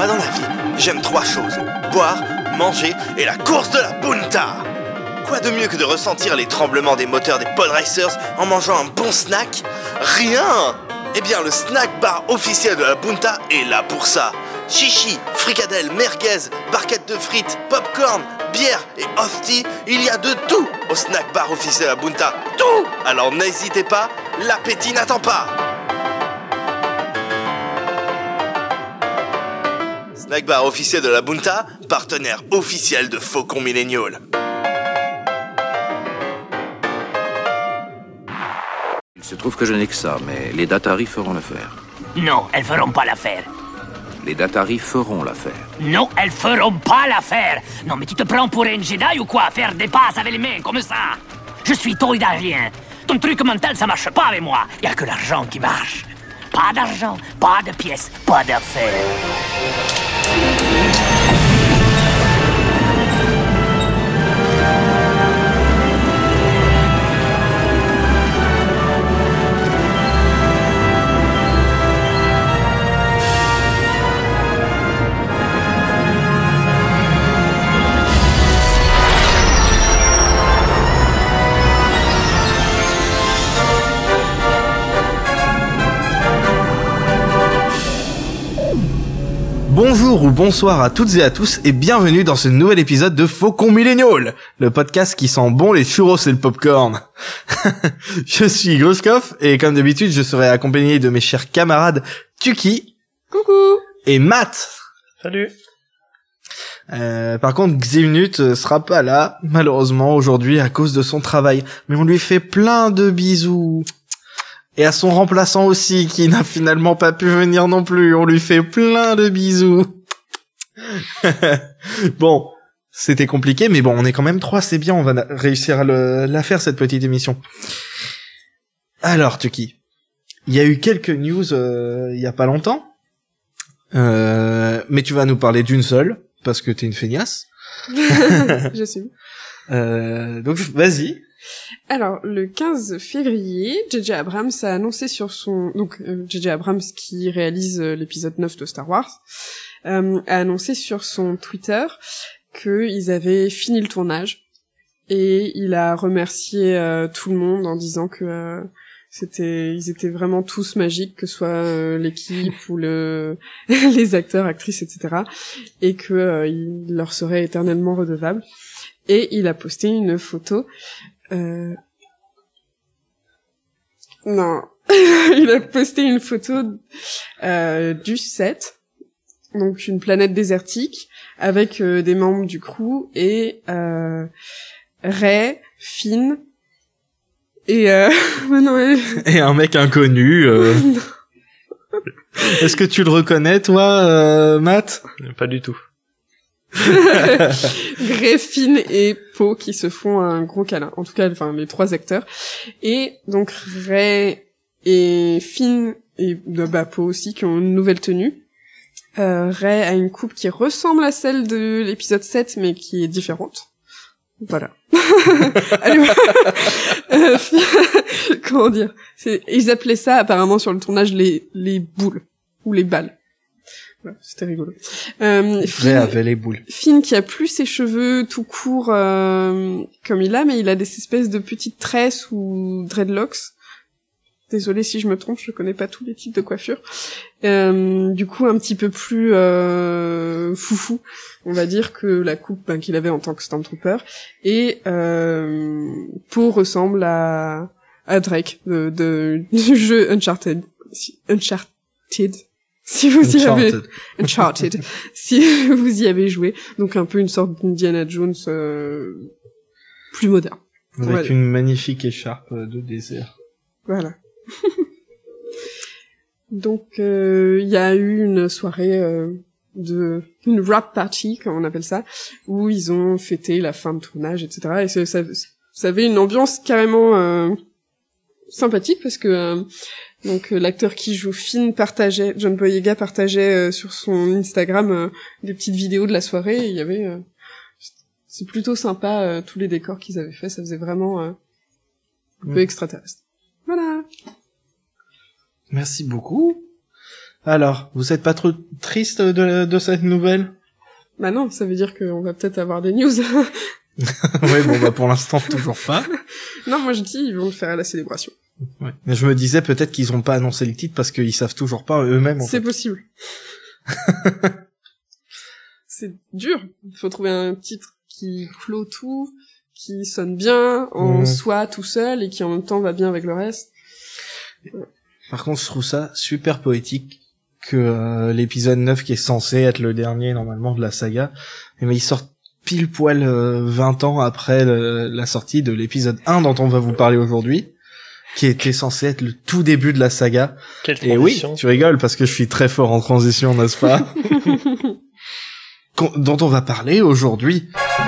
Moi, dans la vie, j'aime 3 choses. Boire, manger et la course de la Bunta. Quoi de mieux que de ressentir les tremblements des moteurs des Podracers en mangeant un bon snack? Rien! Eh bien, le snack bar officiel de la Bunta est là pour ça. Chichi, fricadelle, merguez, barquettes de frites, popcorn, bière et hostie, il y a de tout au snack bar officiel de la Bunta. Tout! Alors n'hésitez pas, l'appétit n'attend pas. Snack bar officiel de la Bunta, partenaire officiel de Faucon Millennial. Il se trouve que je n'ai que ça, mais les Dataris feront l'affaire. Non, elles feront pas l'affaire. Les Dataris feront l'affaire. Non, elles feront pas l'affaire. Non, mais tu te prends pour un Jedi ou quoi? Faire des passes avec les mains, comme ça. Je suis toïdarien. Ton truc mental, ça marche pas avec moi. Y a que l'argent qui marche. Pas d'argent, pas de pièces, pas d'affaires. Bonjour ou bonsoir à toutes et à tous et bienvenue dans ce nouvel épisode de Faucon Millennial, le podcast qui sent bon les churros et le popcorn. Je suis Gruskov et comme d'habitude je serai accompagné de mes chers camarades Tuki. Coucou. Et Matt. Salut. Par contre Ximnut sera pas là malheureusement aujourd'hui à cause de son travail, mais on lui fait plein de bisous. Et à son remplaçant aussi, qui n'a finalement pas pu venir non plus. On lui fait plein de bisous. Bon, c'était compliqué, mais bon, on est quand même 3, c'est bien, on va réussir à la faire, cette petite émission. Alors, Tuki, il y a eu quelques news il y a pas longtemps. Mais tu vas nous parler d'une seule, parce que t'es une feignasse. Je suis. Donc, vas-y. Alors, le 15 février, J.J. Abrams a annoncé sur son... Donc, J.J. Abrams, qui réalise l'épisode 9 de Star Wars, a annoncé sur son Twitter qu'ils avaient fini le tournage. Et il a remercié tout le monde en disant que ils étaient vraiment tous magiques, que ce soit l'équipe ou les acteurs, actrices, etc. Et que il leur serait éternellement redevable. Et il a posté une photo... Non, il a posté une photo du set, donc une planète désertique, avec des membres du crew et Rey, Finn et non, et un mec inconnu. Est-ce que tu le reconnais, toi, Matt? Pas du tout. Rey, Finn et Poe qui se font un gros câlin. En tout cas, enfin, les 3 acteurs. Et donc, Rey et Finn et Poe aussi qui ont une nouvelle tenue. Rey a une coupe qui ressemble à celle de l'épisode 7, mais qui est différente. Voilà. Allez, comment dire? Ils appelaient ça, apparemment, sur le tournage, les boules. Ou les balles. Ouais, c'était rigolo. Rey avait les boules. Finn qui a plus ses cheveux tout courts comme il a, mais il a des espèces de petites tresses ou dreadlocks. Désolée si je me trompe, je connais pas tous les types de coiffure. Du coup, un petit peu plus foufou, on va dire, que la coupe qu'il avait en tant que Stormtrooper. Et Poe ressemble à Drake du jeu Uncharted. Si vous y avez Uncharted, si vous y avez joué, donc un peu une sorte d'Indiana Jones plus moderne. Avec une magnifique écharpe de désert. Voilà. Donc il y a eu une soirée une wrap party, comme on appelle ça, où ils ont fêté la fin de tournage, etc. Et ça avait une ambiance carrément sympathique parce que donc l'acteur qui joue Finn John Boyega partageait sur son Instagram des petites vidéos de la soirée et il y avait c'est plutôt sympa tous les décors qu'ils avaient fait, ça faisait vraiment un peu extraterrestre. Voilà. Merci beaucoup. Alors, vous êtes pas trop triste de cette nouvelle? Bah non, ça veut dire qu'on va peut-être avoir des news. Ouais, bon, bah, pour l'instant, toujours pas. Non, moi je dis, ils vont le faire à la célébration. Ouais. Mais je me disais peut-être qu'ils ont pas annoncé le titre parce qu'ils savent toujours pas eux-mêmes, en C'est fait. possible. C'est dur. Il faut trouver un titre qui clôt tout, qui sonne bien en soi tout seul et qui en même temps va bien avec le reste. Par contre, je trouve ça super poétique que l'épisode 9, qui est censé être le dernier normalement de la saga, mais il sort pile poil 20 ans après la sortie de l'épisode 1 dont on va vous parler aujourd'hui, qui était censé être le tout début de la saga. Quelle Et oui, transition. tu rigoles parce que je suis très fort en transition, n'est-ce pas? Dont on va parler aujourd'hui.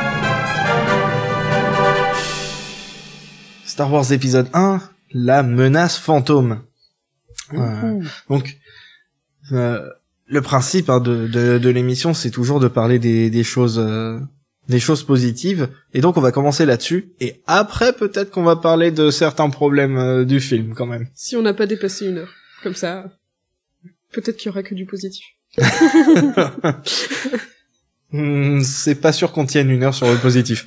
Star Wars épisode 1, la menace fantôme. Donc, le principe de l'émission, c'est toujours de parler des choses positives. Et donc, on va commencer là-dessus. Et après, peut-être qu'on va parler de certains problèmes du film, quand même. Si on n'a pas dépassé 1 heure. Comme ça, peut-être qu'il y aura que du positif. C'est pas sûr qu'on tienne 1 heure sur le positif.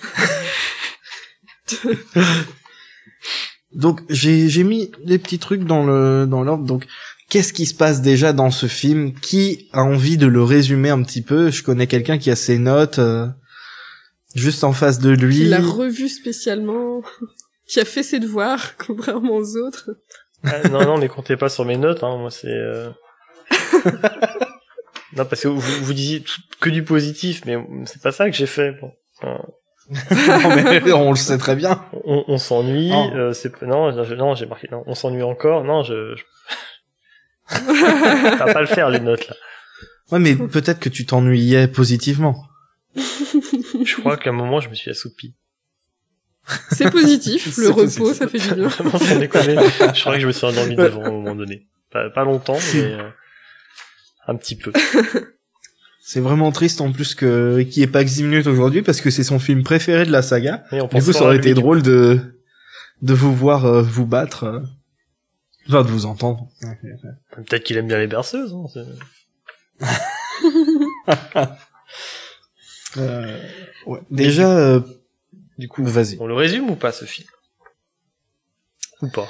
Donc j'ai mis des petits trucs dans l'ordre. Donc qu'est-ce qui se passe déjà dans ce film? Qui a envie de le résumer un petit peu? Je connais quelqu'un qui a ses notes juste en face de lui. Qui l'a revu spécialement, qui a fait ses devoirs contrairement aux autres. Ah, non, mais comptez pas sur mes notes, hein. Moi c'est non, parce que vous disiez que du positif, mais c'est pas ça que j'ai fait. Bon. Non, mais on le sait très bien. On s'ennuie. Oh. Non, j'ai marqué. Non, on s'ennuie encore. Non, ça va pas le faire les notes là. Ouais, mais peut-être que tu t'ennuyais positivement. Je crois qu'à un moment je me suis assoupi. C'est positif, C'est le positif. repos, ça fait du bien. Vraiment sans déconner. Je crois que je me suis endormi devant à un moment donné. Pas longtemps, mais un petit peu. C'est vraiment triste en plus qu'il y ait pas que 10 minutes aujourd'hui parce que c'est son film préféré de la saga. Et on Du pense coup, ça fort à aurait lui, été du drôle de vous voir vous battre. Enfin, de vous entendre. coup. Peut-être qu'il aime bien les berceuses. Hein, Ouais. Déjà, du coup, vas-y. on le résume ou pas ce film? Ou pas?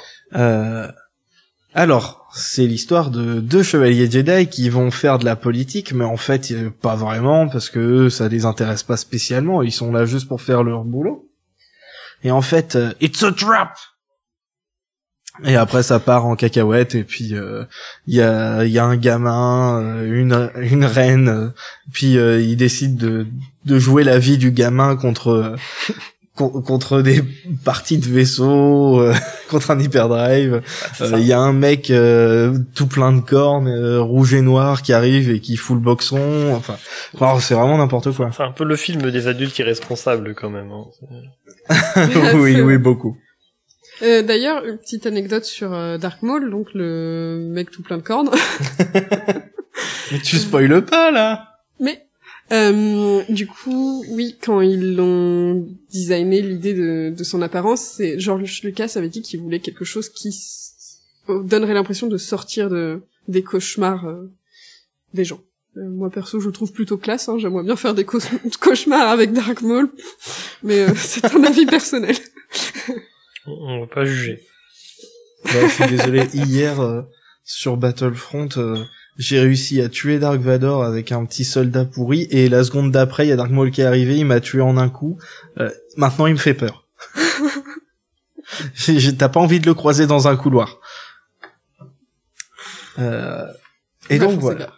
Alors, c'est l'histoire de 2 chevaliers Jedi qui vont faire de la politique, mais en fait, pas vraiment, parce que eux, ça les intéresse pas spécialement, ils sont là juste pour faire leur boulot. Et en fait, it's a trap! Et après, ça part en cacahuète, et puis il y a un gamin, une reine, puis ils décident de jouer la vie du gamin contre des parties de vaisseau, contre un hyperdrive. Il y a un mec tout plein de cornes, rouge et noir, qui arrive et qui fout le boxon. Enfin, c'est vraiment n'importe quoi. C'est un peu le film des adultes irresponsables quand même. Hein. Oui, beaucoup. D'ailleurs, une petite anecdote sur Dark Maul, donc le mec tout plein de cornes. Mais tu spoiles pas, là! Mais du coup, oui, quand ils l'ont designé, l'idée de son apparence, c'est George Lucas avait dit qu'il voulait quelque chose qui donnerait l'impression de sortir des cauchemars des gens. Moi perso, je le trouve plutôt classe, hein, j'aimerais bien faire des cauchemars avec Dark Maul, mais c'est un avis personnel. On va pas juger. Bah, je suis désolé, hier, sur Battlefront, j'ai réussi à tuer Dark Vador avec un petit soldat pourri, et la seconde d'après, il y a Dark Maul qui est arrivé, il m'a tué en un coup. Maintenant, il me fait peur. T'as pas envie de le croiser dans un couloir. Et donc, voilà.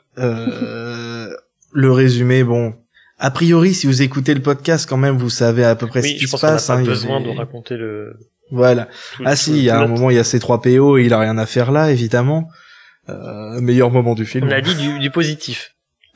Le résumé, bon... A priori, si vous écoutez le podcast, quand même, vous savez à peu près ce qui se passe. Oui, je pense qu'on n'a pas hein, besoin de raconter le... Voilà. Si, il y a un moment, il y a C3PO et il a rien à faire là, évidemment. Meilleur moment du film. On a dit du positif.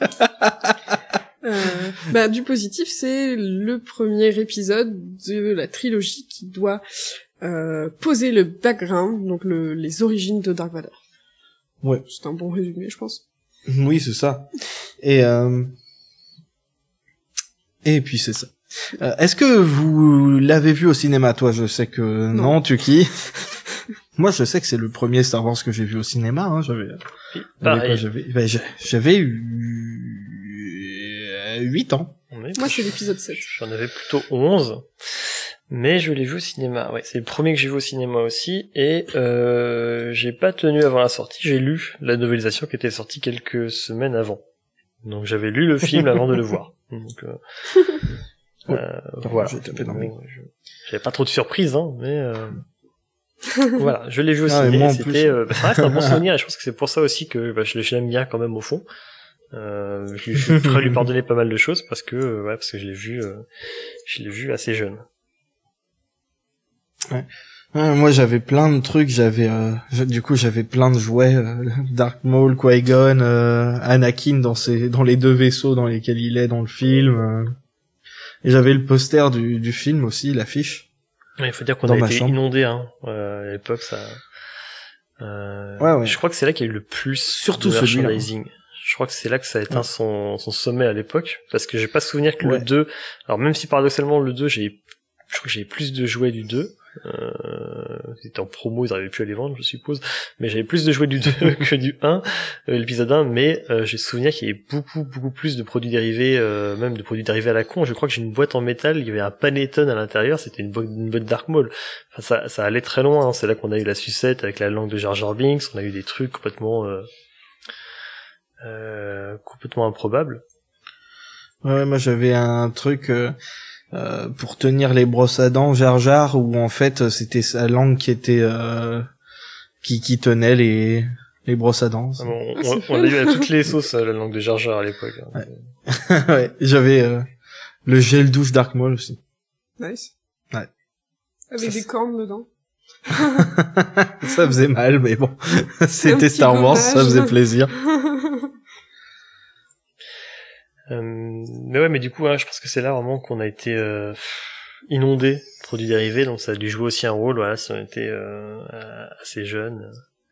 Du positif, c'est le premier épisode de la trilogie qui doit poser le background, donc les origines de Dark Vador. Ouais. C'est un bon résumé, je pense. Oui, c'est ça. Et puis c'est ça. Est-ce que vous l'avez vu au cinéma, toi? Je sais que non Tuki. Moi, je sais que c'est le premier Star Wars que j'ai vu au cinéma. Hein. Pareil. J'avais eu 8 ans. Moi, c'est l'épisode 7. J'en avais plutôt 11. Mais je l'ai vu au cinéma. Ouais, c'est le premier que j'ai vu au cinéma aussi. Et j'ai pas tenu avant la sortie. J'ai lu la novélisation qui était sortie quelques semaines avant. Donc j'avais lu le film avant de le voir. Donc voilà. J'avais pas trop de surprises, hein, mais voilà, je l'ai vu au cinéma. C'était, ça reste un bon souvenir. Et je pense que c'est pour ça aussi que je l'aime bien quand même au fond. Je suis prêt à lui pardonner pas mal de choses parce que je l'ai vu assez jeune. Ouais. Moi j'avais plein de trucs, j'avais plein de jouets, Darth Maul, Qui-Gon, Anakin dans les 2 vaisseaux dans lesquels il est dans le film, et j'avais le poster du film aussi, l'affiche. Il faut dire qu'on a été inondé à l'époque, ça. Ouais. Je crois que c'est là qu'il y a eu le plus surtout de merchandising. Je crois que c'est là que ça a atteint son sommet à l'époque, parce que j'ai pas souvenir que le 2, alors même si paradoxalement le 2 je crois que j'ai plus de jouets du 2, c'était en promo, ils arrivaient plus à les vendre, je suppose, mais j'avais plus de jouets du 2 que du 1, l'épisode 1, mais j'ai souvenir qu'il y avait beaucoup plus de produits dérivés, même de produits dérivés à la con. Je crois que j'ai une boîte en métal, il y avait un Panettone à l'intérieur, c'était une boîte Dark Maul. Enfin, ça allait très loin, hein. C'est là qu'on a eu la sucette avec la langue de Jar Jar Binks, on a eu des trucs complètement improbables. Ouais, moi j'avais un truc pour tenir les brosses à dents Jar Jar, où en fait c'était sa langue qui était qui tenait les brosses à dents. On l'a eu à toutes les sauces, la langue de Jar Jar à l'époque. Ouais. Ouais, j'avais le gel douche Dark Maul aussi. Nice. Ouais. Avec des cornes dedans. Ça faisait mal, mais bon, c'était Star Wars, ça faisait plaisir. Mais du coup, je pense que c'est là vraiment qu'on a été inondé de produits dérivés, donc ça a dû jouer aussi un rôle, voilà, si on était assez jeunes.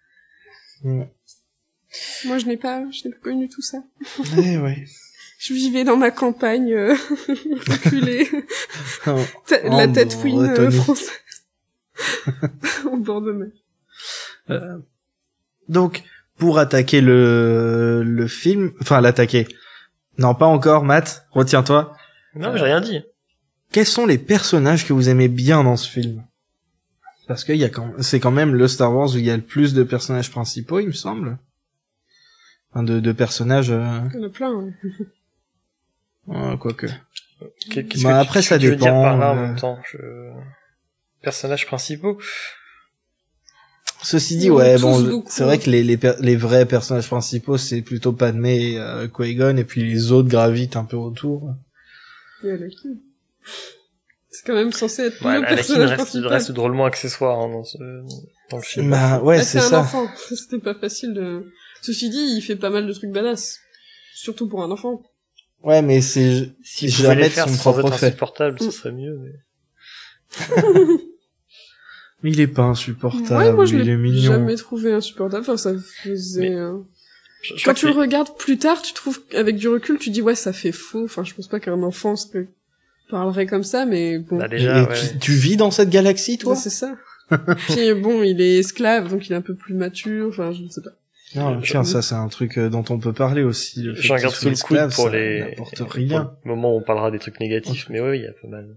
Moi, je n'ai pas connu tout ça. Ouais. Je vivais dans ma campagne, reculée. La tête fouine française. Au bord de mer. Donc, pour attaquer le film, enfin l'attaquer. Non, pas encore, Matt, retiens-toi. Non, mais j'ai rien dit. Quels sont les personnages que vous aimez bien dans ce film? Parce que c'est quand même le Star Wars où il y a le plus de personnages principaux, il me semble. Enfin, de personnages... Il y en a plein. Quoique. Après, ça dépend. Veux dire par là en même temps, personnages principaux. Ceci dit, c'est vrai que les vrais personnages principaux, c'est plutôt Padmé et Qui-Gon, et puis les autres gravitent un peu autour. Et Anakin. C'est quand même censé être le personnage principal. Reste drôlement accessoire dans le film. C'est ça. C'est un enfant. C'était pas facile de... Ceci dit, il fait pas mal de trucs badass. Surtout pour un enfant. Ouais, mais si je vais mettre son propre fait. Insupportable, ce serait mieux, mais... Mais il est pas insupportable, ouais, moi, je il est mignon. Jamais trouvé insupportable, enfin, ça faisait... Quand tu le regardes plus tard, tu trouves, avec du recul, tu dis, ouais, ça fait faux, enfin, je pense pas qu'un enfant parlerait comme ça, mais bon. Bah déjà, tu vis dans cette galaxie, toi? C'est ça. Puis bon, il est esclave, donc il est un peu plus mature, enfin, je ne sais pas. Non, tiens, ça c'est un truc dont on peut parler aussi. J'en garde sous le coude pour les rien. Au moment où on parlera des trucs négatifs, mais oui, il y a pas mal.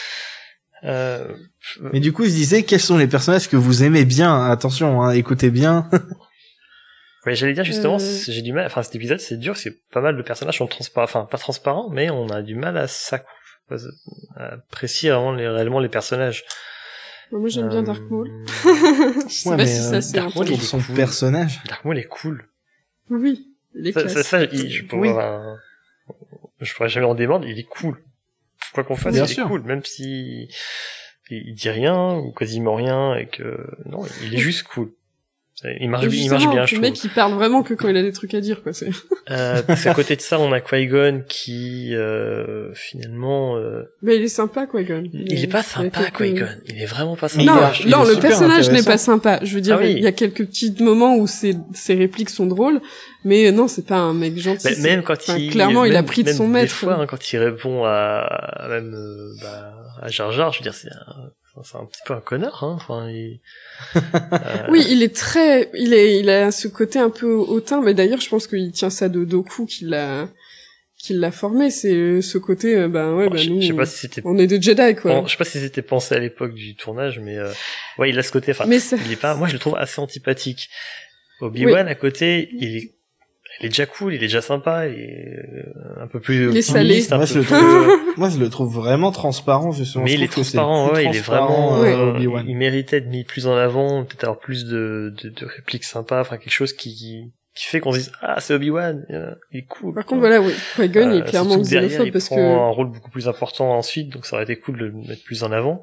Mais du coup, je disais, quels sont les personnages que vous aimez bien? Attention, hein, écoutez bien. Ouais, j'allais dire justement, j'ai du mal. Enfin, cet épisode, c'est dur, c'est pas mal de personnages sont transparents, enfin pas transparents, mais on a du mal à apprécier réellement les personnages. Moi, j'aime bien Dark Maul. Je sais pas si ça c'est Dark Maul, il est son personnage. Dark Maul est cool. Oui, il est classe. Je pourrais jamais en démordre, il est cool. Quoi qu'on fasse, il est cool, même si il dit rien ou quasiment rien et que non, il est juste cool. Il marche bien, je trouve. Le mec, il parle vraiment que quand il a des trucs à dire, quoi. Parce qu'à côté de ça, on a Qui-Gon qui finalement. Mais il est sympa, Qui-Gon. Il est pas sympa, Qui-Gon. Il est vraiment pas sympa. Non, le personnage n'est pas sympa. Je veux dire, il y a quelques petits moments où ses répliques sont drôles, mais non, c'est pas un mec gentil. Mais même quand clairement, il a pris de son maître. Des fois, quand il répond à Jar Jar, je veux dire, c'est c'est un petit peu un connard, hein. Enfin, Oui, il a ce côté un peu hautain, mais d'ailleurs, je pense qu'il tient ça de Doku qui l'a formé, c'est ce côté, nous, je sais pas si c'était... on est des Jedi, quoi. Bon, je sais pas si c'était pensé à l'époque du tournage, mais ouais, il a ce côté, enfin, il est pas, moi je le trouve assez antipathique. Obi-Wan, à côté, il est déjà cool, il est déjà sympa, il est un peu plus... Il est salé. Moi, je le trouve vraiment transparent, justement. Mais il est transparent, ouais, il est vraiment... Obi-Wan. Il méritait de mis plus en avant, peut-être avoir plus de répliques sympas, enfin quelque chose qui fait qu'on se dise ah c'est Obi-Wan, il est cool. Par contre voilà, oui, Qui-Gon il est clairement xénophobe parce que il prend un rôle beaucoup plus important ensuite, donc ça aurait été cool de le mettre plus en avant.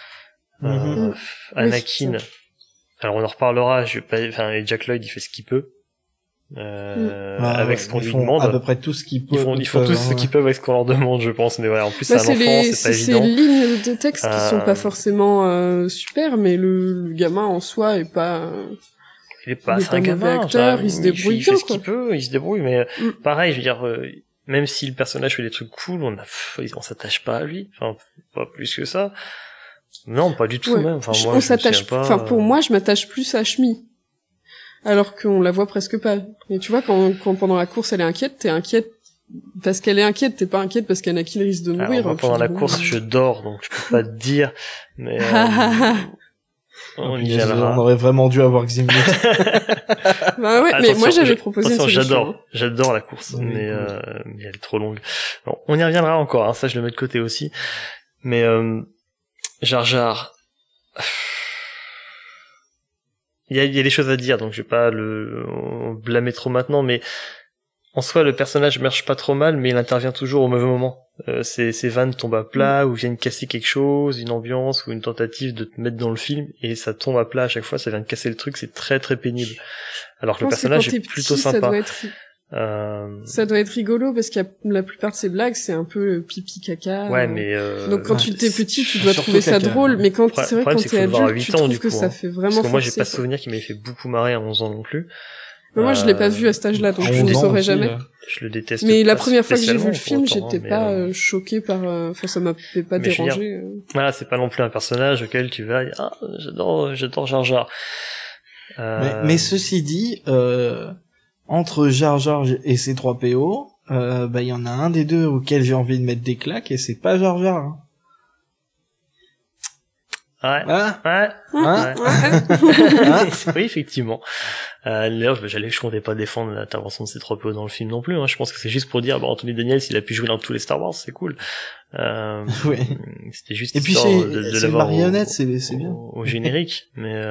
Anakin, alors on en reparlera, Jack Lloyd il fait ce qu'il peut. Avec ce qu'on lui demande. À peu près tout ce qu'ils peuvent. Ils font tout ce qu'ils peuvent avec ce qu'on leur demande, je pense. Mais voilà, en plus c'est un enfant, c'est pas évident. C'est les lignes de texte qui sont pas forcément super, mais le gamin en soi est pas. Il est pas un gamin, acteur, il se débrouille il fait ce qu'il peut, il se débrouille, mais pareil, je veux dire, même si le personnage fait des trucs cool, on s'attache pas à lui, enfin, pas plus que ça. Non, pas du tout, même. Enfin, moi, on s'attache pas. Enfin, pour moi, je m'attache plus à Shmi. Alors qu'on la voit presque pas. Mais tu vois, quand pendant la course, elle est inquiète, t'es inquiète parce qu'elle est inquiète, t'es pas inquiète parce qu'Anakin risque de mourir. Alors, pendant la course, je dors, donc je peux pas te dire, mais, on aurait vraiment dû avoir Ximli. Bah ouais, mais moi j'avais proposé une solution. J'adore la course, mais elle est trop longue. Bon, on y reviendra encore, hein, ça je le mets de côté aussi. Mais Jar Jar, il y a des choses à dire, donc je vais pas le blâmer trop maintenant, mais en soi le personnage marche pas trop mal, mais il intervient toujours au mauvais moment. Ces vannes tombent à plat, ou viennent casser quelque chose, une ambiance, ou une tentative de te mettre dans le film, et ça tombe à plat à chaque fois, ça vient de casser le truc, c'est très très pénible. Alors que le personnage est plutôt sympa. Ça doit être rigolo, parce que la plupart de ces blagues, c'est un peu pipi caca. Ouais, mais donc quand tu t'es petit, tu dois trouver ça drôle, mais quand c'est vrai quand t'es adulte, tu trouves que ça fait vraiment parce que moi j'ai forcé, pas souvenir qu'il m'avait fait beaucoup marrer à 11 ans non plus. Mais moi je l'ai pas vu à cet âge-là, donc je ne saurais jamais. Je le déteste. Mais la première fois que j'ai vu le film, j'étais pas choquée par, enfin ça m'a fait pas déranger. Voilà, c'est pas non plus un personnage auquel tu vas, j'adore Jar Jar. Mais ceci dit, entre Jar Jar et C3PO, il y en a un des deux auquel j'ai envie de mettre des claques et c'est pas Jar Jar. Hein. Oui, effectivement. D'ailleurs, je comptais pas défendre l'intervention de C3PO dans le film non plus, hein. Je pense que c'est juste pour dire, Anthony Daniels, il a pu jouer dans tous les Star Wars, c'est cool. Oui. C'était juste et puis de l'avoir marionnette, c'est bien. Au générique, mais,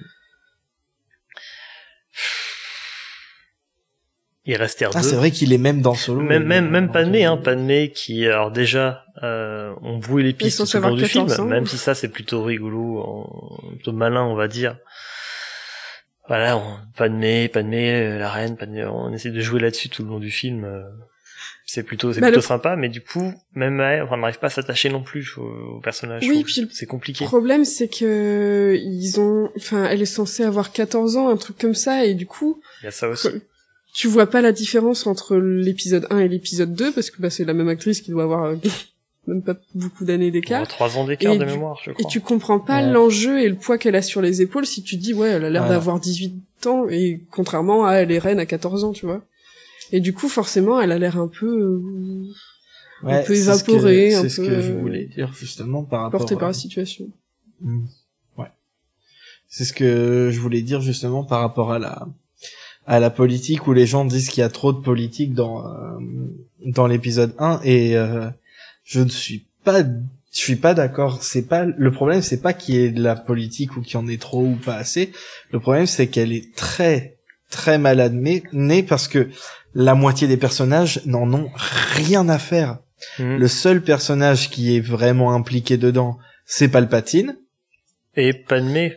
il restait deux. C'est vrai qu'il est même dans Solo. Même Padmé, Padmé qui, alors déjà, on brouille les pistes tout au long du film, même si ça c'est plutôt rigolo, plutôt malin, on va dire. Voilà, Padmé, la reine, Padmé, on essaie de jouer là-dessus tout le long du film. C'est plutôt sympa, mais du coup, même on n'arrive pas à s'attacher non plus au personnage. Oui, puis c'est compliqué. Le problème, c'est que elle est censée avoir 14 ans, un truc comme ça, et du coup. Il y a ça aussi. Tu vois pas la différence entre l'épisode 1 et l'épisode 2, parce que c'est la même actrice qui doit avoir même pas beaucoup d'années d'écart. 3 ans d'écart de mémoire, je crois. Et tu comprends pas l'enjeu et le poids qu'elle a sur les épaules si tu dis, elle a l'air d'avoir 18 ans, et contrairement à elle est reine à 14 ans, tu vois. Et du coup, forcément, elle a l'air un peu évaporée, c'est ce que je voulais dire, justement, par rapport portée par la situation. Ouais. C'est ce que je voulais dire, justement, par rapport à la politique, où les gens disent qu'il y a trop de politique dans l'épisode 1, et je suis pas d'accord. Le problème, c'est pas qu'il y ait de la politique ou qu'il y en ait trop ou pas assez. Le problème, c'est qu'elle est très très mal amenée parce que la moitié des personnages n'en ont rien à faire. Le seul personnage qui est vraiment impliqué dedans, c'est Palpatine. Et Padmé,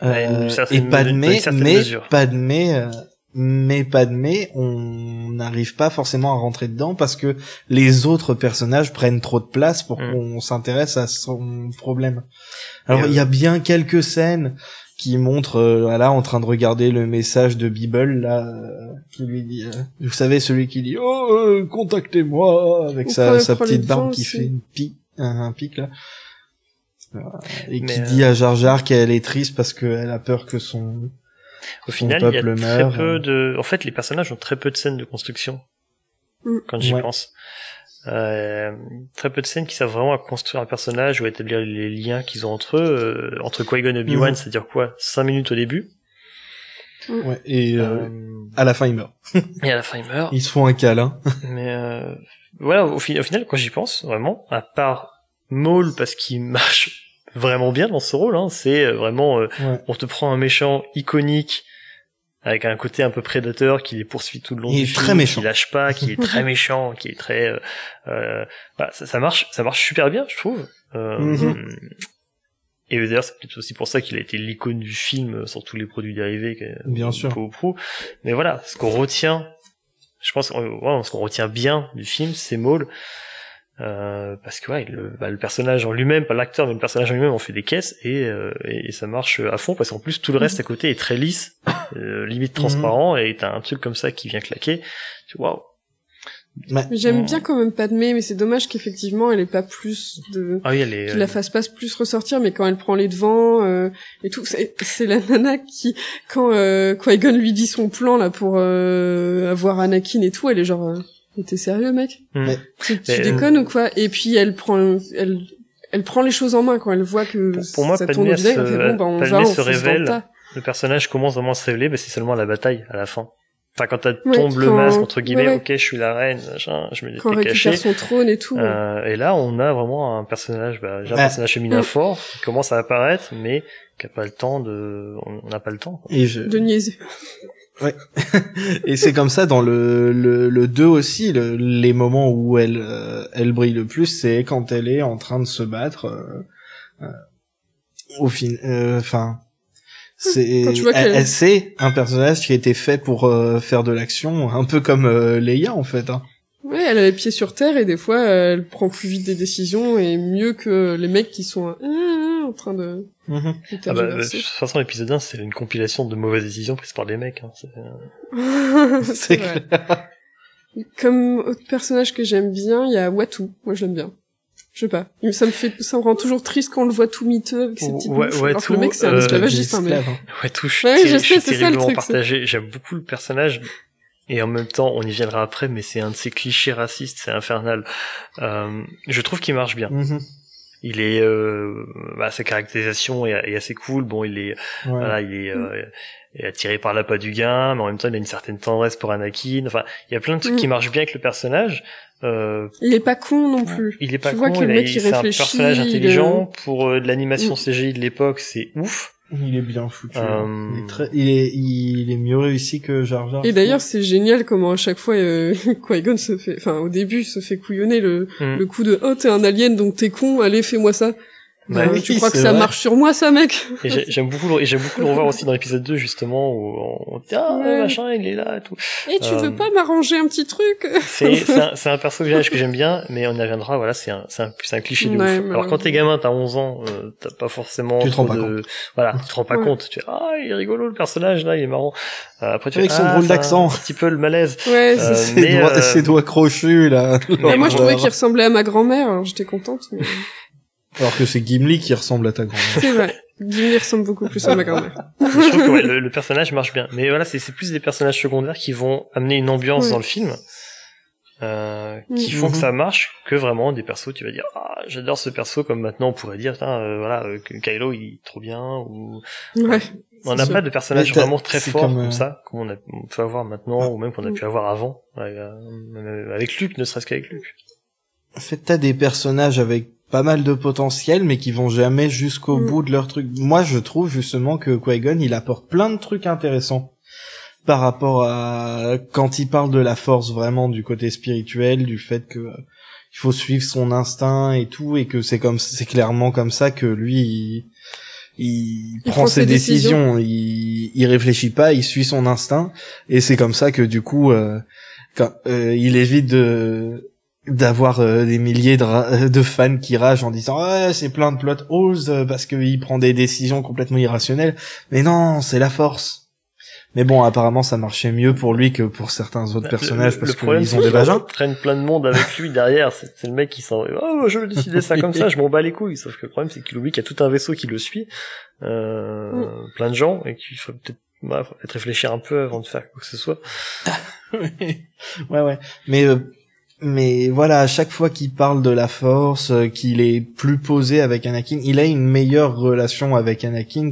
mais Padmé, on n'arrive pas forcément à rentrer dedans parce que les autres personnages prennent trop de place pour qu'on s'intéresse à son problème. Alors il y a bien quelques scènes qui montrent en train de regarder le message de Bible là qui lui dit vous savez, celui qui dit contactez-moi avec sa petite barbe qui fait un pic là. Et Mais, qui dit à Jar Jar qu'elle est triste parce qu'elle a peur que son final, il y a peuple très meurt. peu en fait, les personnages ont très peu de scènes de construction. Quand j'y pense. Très peu de scènes qui servent vraiment à construire un personnage ou à établir les liens qu'ils ont entre eux, entre Qui-Gon et Obi-Wan, c'est-à-dire quoi? 5 minutes au début. Ouais, et à la fin, il meurt. Et à la fin, il meurt. Ils se font un câlin. Mais voilà, au final, quand j'y pense, vraiment, à part Maul, parce qu'il marche vraiment bien dans ce rôle, hein, c'est vraiment, on te prend un méchant iconique, avec un côté un peu prédateur qui les poursuit tout le long du film, très méchant. qui lâche pas, qui est très méchant, qui est très, voilà, ça marche super bien, je trouve. Et d'ailleurs, c'est peut-être aussi pour ça qu'il a été l'icône du film sur tous les produits dérivés. Bien sûr. Mais voilà, ce qu'on retient, je pense, ce qu'on retient bien du film, c'est Maul. Parce que le personnage en lui-même, pas l'acteur, mais le personnage en lui-même, on fait des caisses et ça marche à fond parce qu'en plus tout le reste à côté est très lisse, limite transparent, et t'as un truc comme ça qui vient claquer. Waouh. J'aime bien quand même Padmé, mais c'est dommage qu'effectivement elle ait pas plus de, qu'il la fasse pas plus ressortir, mais quand elle prend les devants, et tout, c'est la nana qui, quand Qui-Gon lui dit son plan, là, pour, avoir Anakin et tout, elle est genre, t'es sérieux, mec? Tu déconnes ou quoi? Et puis elle prend les choses en main quand elle voit que pour moi, ça tourne au vinaigre, elle fait bon, Padmé se révèle, le personnage commence vraiment à se révéler, c'est seulement à la bataille, à la fin. Enfin, quand t'as tombe le masque, entre guillemets, ok, je suis la reine, machin, je me l'étais caché. Quand récupère son trône et tout. Et là, on a vraiment un personnage, un personnage féminin fort, qui commence à apparaître, mais qui a pas le temps on n'a pas le temps. De niaiser. Ouais. Et c'est comme ça dans le 2 aussi, les moments où elle brille le plus, c'est quand elle est en train de c'est c'est un personnage qui a été fait pour faire de l'action, un peu comme Leia en fait, hein. Ouais, elle a les pieds sur terre et des fois elle prend plus vite des décisions et mieux que les mecs qui sont en train de de toute façon, l'épisode 1, c'est une compilation de mauvaises décisions prises par des mecs, hein. C'est clair. Comme autre personnage que j'aime bien, il y a Watu. Moi, je l'aime bien. Je sais pas. Ça me rend toujours triste quand on le voit tout miteux avec ses petites bouches. Alors que le mec, c'est un esclavagiste, hein, mais... Watu, je suis terriblement partagé. J'aime beaucoup le personnage. Et en même temps, on y viendra après, mais c'est un de ces clichés racistes, c'est infernal. Je trouve qu'il marche bien. Il est, sa caractérisation est assez cool. Bon, il est, il est attiré par l'appât du gain, mais en même temps, il a une certaine tendresse pour Anakin. Enfin, il y a plein de trucs qui marchent bien avec le personnage. Il est pas con non plus. Il est pas con. C'est un personnage intelligent. Pour de l'animation CGI de l'époque, c'est ouf. Il est bien foutu. Il est mieux réussi que Jar Jar. Et d'ailleurs, c'est génial comment à chaque fois Qui-Gon au début se fait couillonner le coup de oh t'es un alien donc t'es con, allez fais-moi ça. Tu crois que ça marche sur moi ça, mec? Et j'aime beaucoup le revoir aussi dans l'épisode 2 justement où on dit machin il est là et tout. Et tu veux pas m'arranger un petit truc? C'est un personnage que j'aime bien, mais on y reviendra. Voilà, c'est un cliché de ouf. Alors quand t'es gamin, t'as 11 ans, t'as pas forcément tu te rends pas compte. Voilà, tu te rends pas compte. Tu fais il est rigolo le personnage là, il est marrant. Après tu avec son drôle d'accent, un petit peu le malaise. Ouais, ses doigts crochus là. Mais moi je trouvais qu'il ressemblait à ma grand-mère, alors j'étais contente. Mais... Alors que c'est Gimli qui ressemble à ta grand-mère. C'est vrai. Gimli ressemble beaucoup plus à ma grand-mère. Je trouve que le personnage marche bien. Mais voilà, c'est plus des personnages secondaires qui vont amener une ambiance dans le film, qui font que ça marche, que vraiment des persos, tu vas dire, j'adore ce perso, comme maintenant on pourrait dire, Kylo il est trop bien, ou... Ouais. On n'a pas de personnage vraiment très fort comme ça, comme on peut avoir maintenant, ou même qu'on a pu avoir avant, avec Luke, ne serait-ce qu'avec Luke. En fait, t'as des personnages avec pas mal de potentiel, mais qui vont jamais jusqu'au bout de leur truc. Moi, je trouve justement que Qui-Gon, il apporte plein de trucs intéressants par rapport à quand il parle de la force, vraiment du côté spirituel, du fait que il faut suivre son instinct et tout, et que c'est clairement comme ça que lui il prend ses décisions. Il réfléchit pas, il suit son instinct, et c'est comme ça que du coup quand il évite d'avoir des milliers de fans qui ragent en disant c'est plein de plot holes parce qu'il prend des décisions complètement irrationnelles. Mais non, c'est la force. Mais bon, apparemment, ça marchait mieux pour lui que pour certains autres personnages parce qu'ils ont des vagins. Il traîne plein de monde avec lui derrière. C'est le mec qui s'en, oh, je veux décider ça comme ça, je m'en bats les couilles. Sauf que le problème, c'est qu'il oublie qu'il y a tout un vaisseau qui le suit, plein de gens, et qu'il faut peut-être réfléchir un peu avant de faire quoi que ce soit. Ouais. Mais voilà, à chaque fois qu'il parle de la Force, qu'il est plus posé avec Anakin, il a une meilleure relation avec Anakin,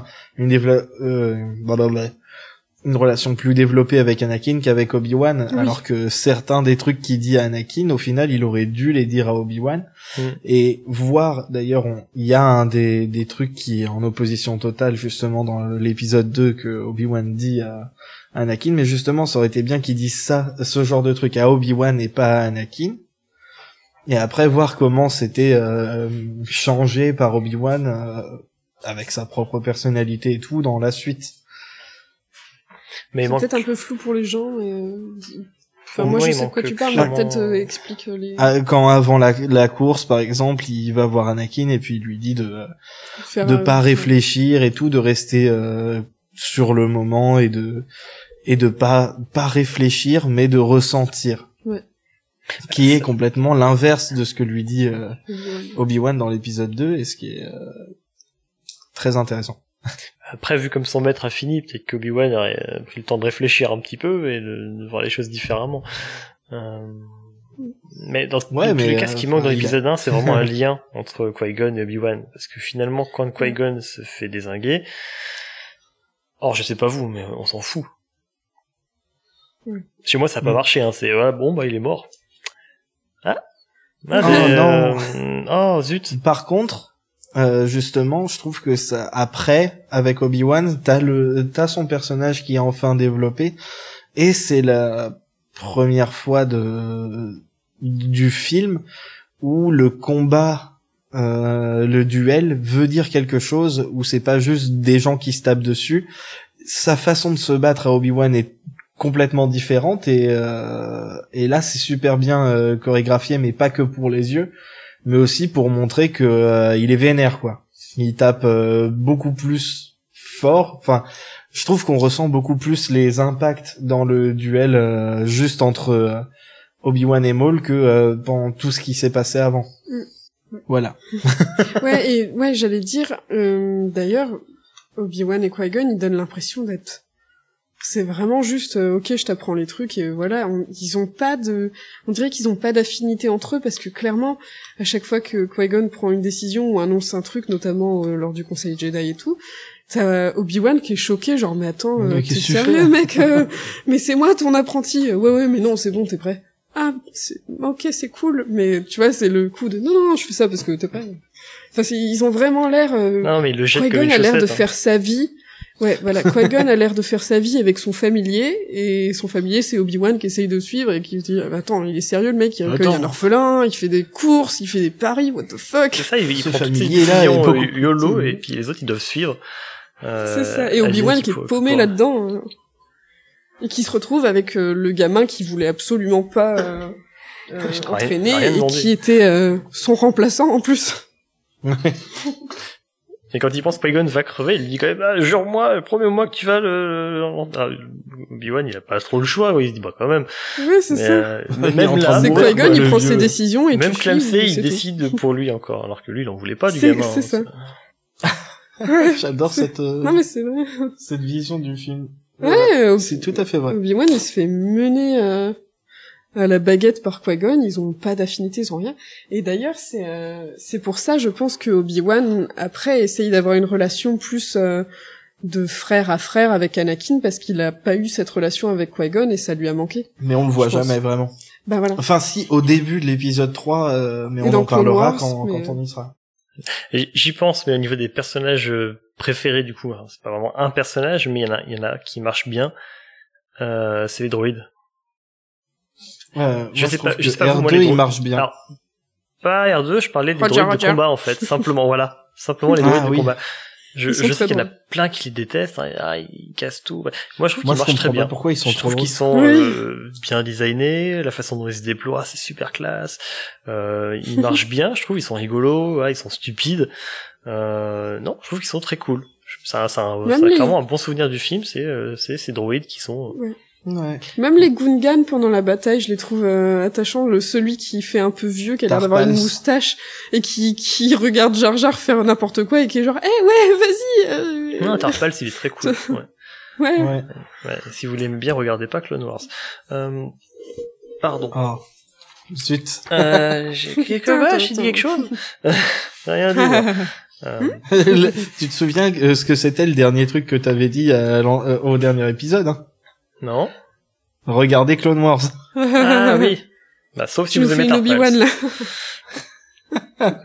une relation plus développée avec Anakin qu'avec Obi-Wan, oui. Alors que certains des trucs qu'il dit à Anakin, au final, il aurait dû les dire à Obi-Wan. Et voir, d'ailleurs, il y a un des trucs qui est en opposition totale, justement, dans l'épisode 2 que Obi-Wan dit à Anakin, mais justement, ça aurait été bien qu'il dise ça, ce genre de truc à Obi-Wan et pas à Anakin. Et après, voir comment c'était changé par Obi-Wan avec sa propre personnalité et tout dans la suite. Mais c'est peut-être un peu flou pour les gens. Enfin, moi, je sais de quoi tu parles, mais peut-être explique les... Quand avant la course, par exemple, il va voir Anakin et puis il lui dit de pas réfléchir et tout, de rester sur le moment et de pas réfléchir, mais de ressentir. Ouais. Qui est complètement l'inverse de ce que lui dit Obi-Wan dans l'épisode 2, et ce qui est très intéressant. Après, vu comme son maître a fini, peut-être qu'Obi-Wan aurait pris le temps de réfléchir un petit peu et de voir les choses différemment. Mais dans tous les cas, ce qui manque dans l'épisode 1, c'est vraiment un lien entre Qui-Gon et Obi-Wan. Parce que finalement, quand Qui-Gon se fait dézinguer, or, je sais pas vous, mais on s'en fout. Chez moi, ça a pas marché, hein. C'est, bon, il est mort. Non. Oh, zut. Par contre, justement, je trouve que ça, après, avec Obi-Wan, t'as son personnage qui est enfin développé, et c'est la première fois du film où le combat, le duel veut dire quelque chose, où c'est pas juste des gens qui se tapent dessus. Sa façon de se battre à Obi-Wan est complètement différente, et là c'est super bien chorégraphié, mais pas que pour les yeux, mais aussi pour montrer que il est vénère, quoi. Il tape beaucoup plus fort. Enfin, je trouve qu'on ressent beaucoup plus les impacts dans le duel juste entre Obi-Wan et Maul que dans tout ce qui s'est passé avant. Voilà. Ouais, j'allais dire, d'ailleurs, Obi-Wan et Qui-Gon, ils donnent l'impression d'être... C'est vraiment juste, ok, je t'apprends les trucs, et voilà, ils ont pas on dirait qu'ils ont pas d'affinité entre eux, parce que clairement, à chaque fois que Qui-Gon prend une décision ou annonce un truc, notamment lors du Conseil Jedi et tout, t'as Obi-Wan qui est choqué, genre, mais attends, t'es sérieux, mec, mais c'est moi ton apprenti, ouais, mais non, c'est bon, t'es prêt. Ah, ok, c'est cool, mais tu vois, c'est le coup de, non, je fais ça parce que t'es prêt. Enfin, ils ont vraiment l'air, non, mais il le jette comme une Qui-Gon a l'air de chaussette, faire sa vie. Ouais, voilà, Qui-Gon a l'air de faire sa vie avec son familier, et son familier, c'est Obi-Wan qui essaye de suivre et qui dit, attends, il est sérieux, le mec, il recueille un orphelin, il fait des courses, il fait des paris, what the fuck. C'est ça, il prend toutes ses décisions YOLO, et puis les autres, ils doivent suivre. C'est ça, et Obi-Wan qui est paumé là-dedans, et qui se retrouve avec le gamin qui voulait absolument pas entraîner, et qui était son remplaçant en plus. Et quand il pense que Qui-Gon va crever, il dit quand même, jure-moi, promets-moi que tu vas Obi-Wan, il a pas trop le choix, il se dit, quand même. Ouais, c'est ça. Même là, c'est Qui-Gon, il prend ses décisions, et même Clemsey, il décide pour lui encore, alors que lui, il en voulait pas du gamin. C'est ça. Ouais, j'adore cette, non, mais c'est vrai. cette vision du film. Ouais, c'est tout à fait vrai. Obi-Wan, il se fait mener à la baguette par Qui-Gon, ils ont pas d'affinité, ils ont rien. Et d'ailleurs, c'est pour ça, je pense que Obi-Wan, après, essaye d'avoir une relation plus de frère à frère avec Anakin, parce qu'il a pas eu cette relation avec Qui-Gon, et ça lui a manqué. Mais on le voit jamais vraiment. Bah voilà. Enfin si, au début de l'épisode 3, mais on en parlera quand on y sera. J'y pense, mais au niveau des personnages préférés, du coup, c'est pas vraiment un personnage, mais il y en a qui marchent bien, c'est les droïdes. Je sais pas R2, moi, il marche bien. Alors, pas R2, je parlais des droïdes de combat, en fait. Simplement, voilà. Simplement les droïdes de combat. Je sais qu'il y en a plein qui les détestent, ils cassent tout. Moi, je trouve qu'ils marchent très bien. Pourquoi ils sont je trouve qu'ils sont bien déssinés, la façon dont ils se déploient, c'est super classe. Ils marchent bien, je trouve, ils sont rigolos, ils sont stupides. Non, je trouve qu'ils sont très cool. Même les- clairement un bon souvenir du film, c'est ces droïdes qui sont... Ouais. Même les Gungans pendant la bataille, je les trouve attachants. Celui qui fait un peu vieux, qui a l'air d'avoir une Tarpals. moustache et qui regarde Jar Jar faire n'importe quoi et qui est genre, ouais, vas-y. Non, Tarpals, il est très cool. Ouais. Ouais. Ouais. Ouais, si vous l'aimez bien, regardez pas Clone Wars. Pardon. Oh. Zut. J'ai dit quelque chose. Rien dit. Tu te souviens ce que c'était le dernier truc que t'avais dit au dernier épisode, hein? Non. Regardez Clone Wars. Ah oui. Bah, sauf si Tu nous vous fais aimez une Tarpals. Obi-Wan, là.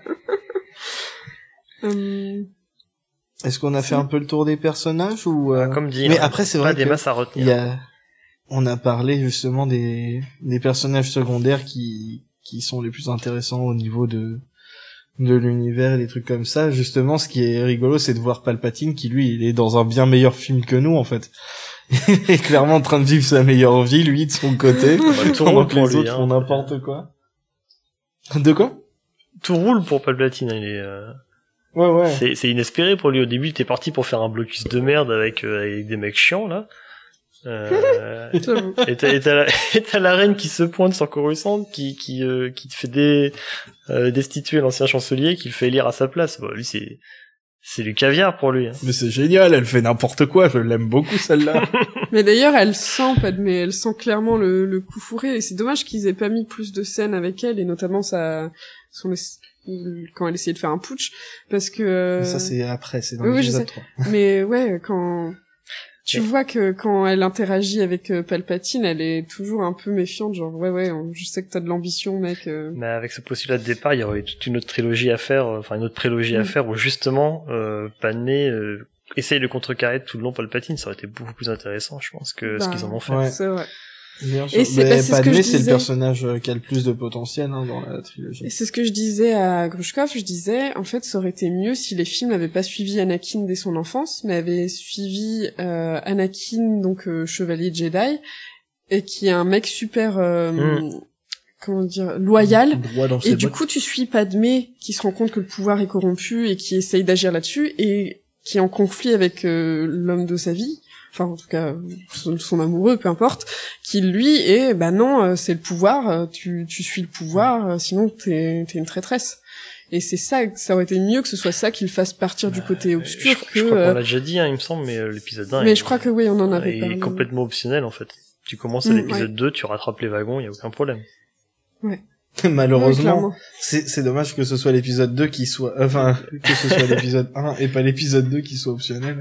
Est-ce qu'on a fait un peu le tour des personnages ou Comme dit, Mais hein, après c'est pas vrai des que masses à retenir. on a parlé justement des personnages secondaires qui sont les plus intéressants au niveau de l'univers et des trucs comme ça. Justement, ce qui est rigolo, c'est de voir Palpatine qui lui, il est dans un bien meilleur film que nous en fait. Il est clairement en train de vivre sa meilleure vie, lui, de son côté. Tout pendant roule que pour les lui, autres hein. font n'importe quoi. De quoi? Tout roule pour Palpatine. Il est, Ouais. c'est inespéré pour lui. Au début, il était parti pour faire un blocus de merde avec des mecs chiants, là. J'avoue. Et t'as la reine qui se pointe sur Coruscant, qui te fait destituer l'ancien chancelier, qui le fait élire à sa place. Bon, lui, c'est du caviar pour lui. Hein. Mais c'est génial, elle fait n'importe quoi, je l'aime beaucoup celle-là. Mais d'ailleurs, elle sent Padmé, elle sent clairement le coup fourré, et c'est dommage qu'ils aient pas mis plus de scènes avec elle, et notamment quand elle essayait de faire un putsch, parce que... Ça c'est après, c'est dans Oui, je l'épisode sais. 3. Mais ouais, tu vois que quand elle interagit avec Palpatine, elle est toujours un peu méfiante, genre je sais que t'as de l'ambition, mec. Mais avec ce postulat de départ, il y aurait toute une autre trilogie à faire, enfin une autre prélogie à faire où justement Padmé essaye de contrecarrer tout le long Palpatine. Ça aurait été beaucoup plus intéressant, je pense, que ce qu'ils en ont fait. Ouais. C'est vrai. Bien sûr. Et c'est Mais ce que je Padmé, c'est le disais. personnage qui a le plus de potentiel dans la trilogie. Et c'est ce que je disais à Grushkov, je disais, en fait, ça aurait été mieux si les films n'avaient pas suivi Anakin dès son enfance, mais avaient suivi Anakin, donc chevalier Jedi, et qui est un mec super, comment dire, loyal. Droit dans ses Et du bottes. coup, tu suis Padmé, qui se rend compte que le pouvoir est corrompu et qui essaye d'agir là-dessus, et qui est en conflit avec l'homme de sa vie, enfin en tout cas son amoureux, peu importe, qui lui est, non, c'est le pouvoir, tu suis le pouvoir, sinon t'es une traîtresse. Et c'est ça aurait été mieux que ce soit ça qu'il fasse partir du côté obscur Je crois qu'on l'a déjà dit, hein, il me semble, mais l'épisode 1 mais je crois que oui, on en avait il parlé. est complètement optionnel en fait. Tu commences à l'épisode 2, tu rattrapes les wagons, il y a aucun problème. Ouais. Malheureusement, Ouais, c'est dommage que ce soit l'épisode 2 qui soit, que ce soit l'épisode 1 et pas l'épisode 2 qui soit optionnel.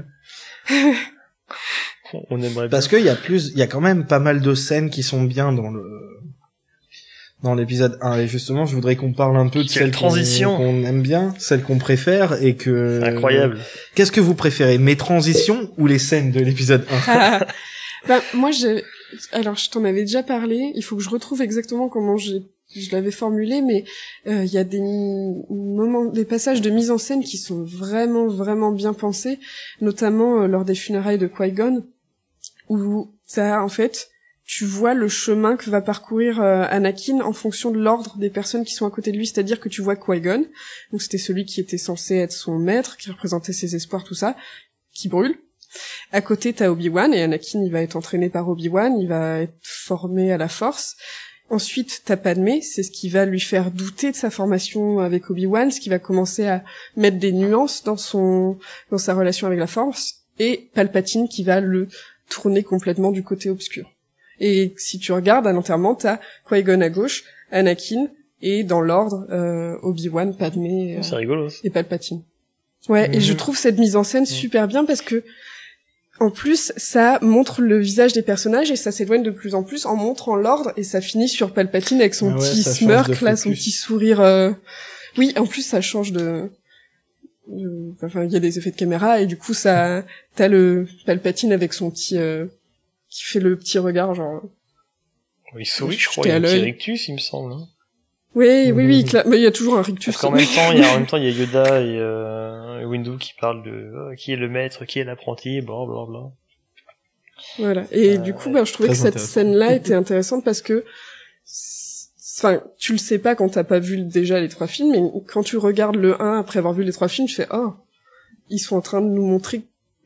On aimerait Parce qu'il y a quand même pas mal de scènes qui sont bien dans l'épisode 1. Et justement, je voudrais qu'on parle un peu de Quelle celles transition. qu'on aime bien, celles qu'on préfère et que... C'est incroyable. Qu'est-ce que vous préférez, mes transitions ou les scènes de l'épisode 1? Moi, alors je t'en avais déjà parlé, il faut que je retrouve exactement comment je l'avais formulé, mais il y a des passages de mise en scène qui sont vraiment, vraiment bien pensés, notamment lors des funérailles de Qui-Gon, où en fait, tu vois le chemin que va parcourir Anakin en fonction de l'ordre des personnes qui sont à côté de lui, c'est-à-dire que tu vois Qui-Gon, donc c'était celui qui était censé être son maître, qui représentait ses espoirs, tout ça, qui brûle. À côté, t'as Obi-Wan, et Anakin, il va être entraîné par Obi-Wan, il va être formé à la Force. Ensuite, t'as Padmé, c'est ce qui va lui faire douter de sa formation avec Obi-Wan, ce qui va commencer à mettre des nuances dans sa relation avec la Force, et Palpatine qui va le tourner complètement du côté obscur. Et si tu regardes à l'enterrement, t'as Qui-Gon à gauche, Anakin, et dans l'ordre, Obi-Wan, Padmé C'est rigolo. et Palpatine. Ouais, et je trouve cette mise en scène super bien parce que en plus, ça montre le visage des personnages et ça s'éloigne de plus en plus en montrant l'ordre et ça finit sur Palpatine avec son petit ça change smirk de là, son focus. petit sourire. Oui, en plus ça change enfin, il y a des effets de caméra et du coup t'as le Palpatine avec son petit qui fait le petit regard genre. Il sourit, je crois, Jeté il y a à un petit l'œil. rictus, il me semble. Hein. Oui, mais il y a toujours un rictus. Parce qu'en même temps, il y a Yoda et Windu qui parlent de qui est le maître, qui est l'apprenti, blablabla. Voilà. Et du coup, je trouvais que cette scène-là était intéressante parce que, enfin, tu le sais pas quand t'as pas vu déjà les 3 films, mais quand tu regardes le 1 après avoir vu les 3 films, tu fais, oh, ils sont en train de nous montrer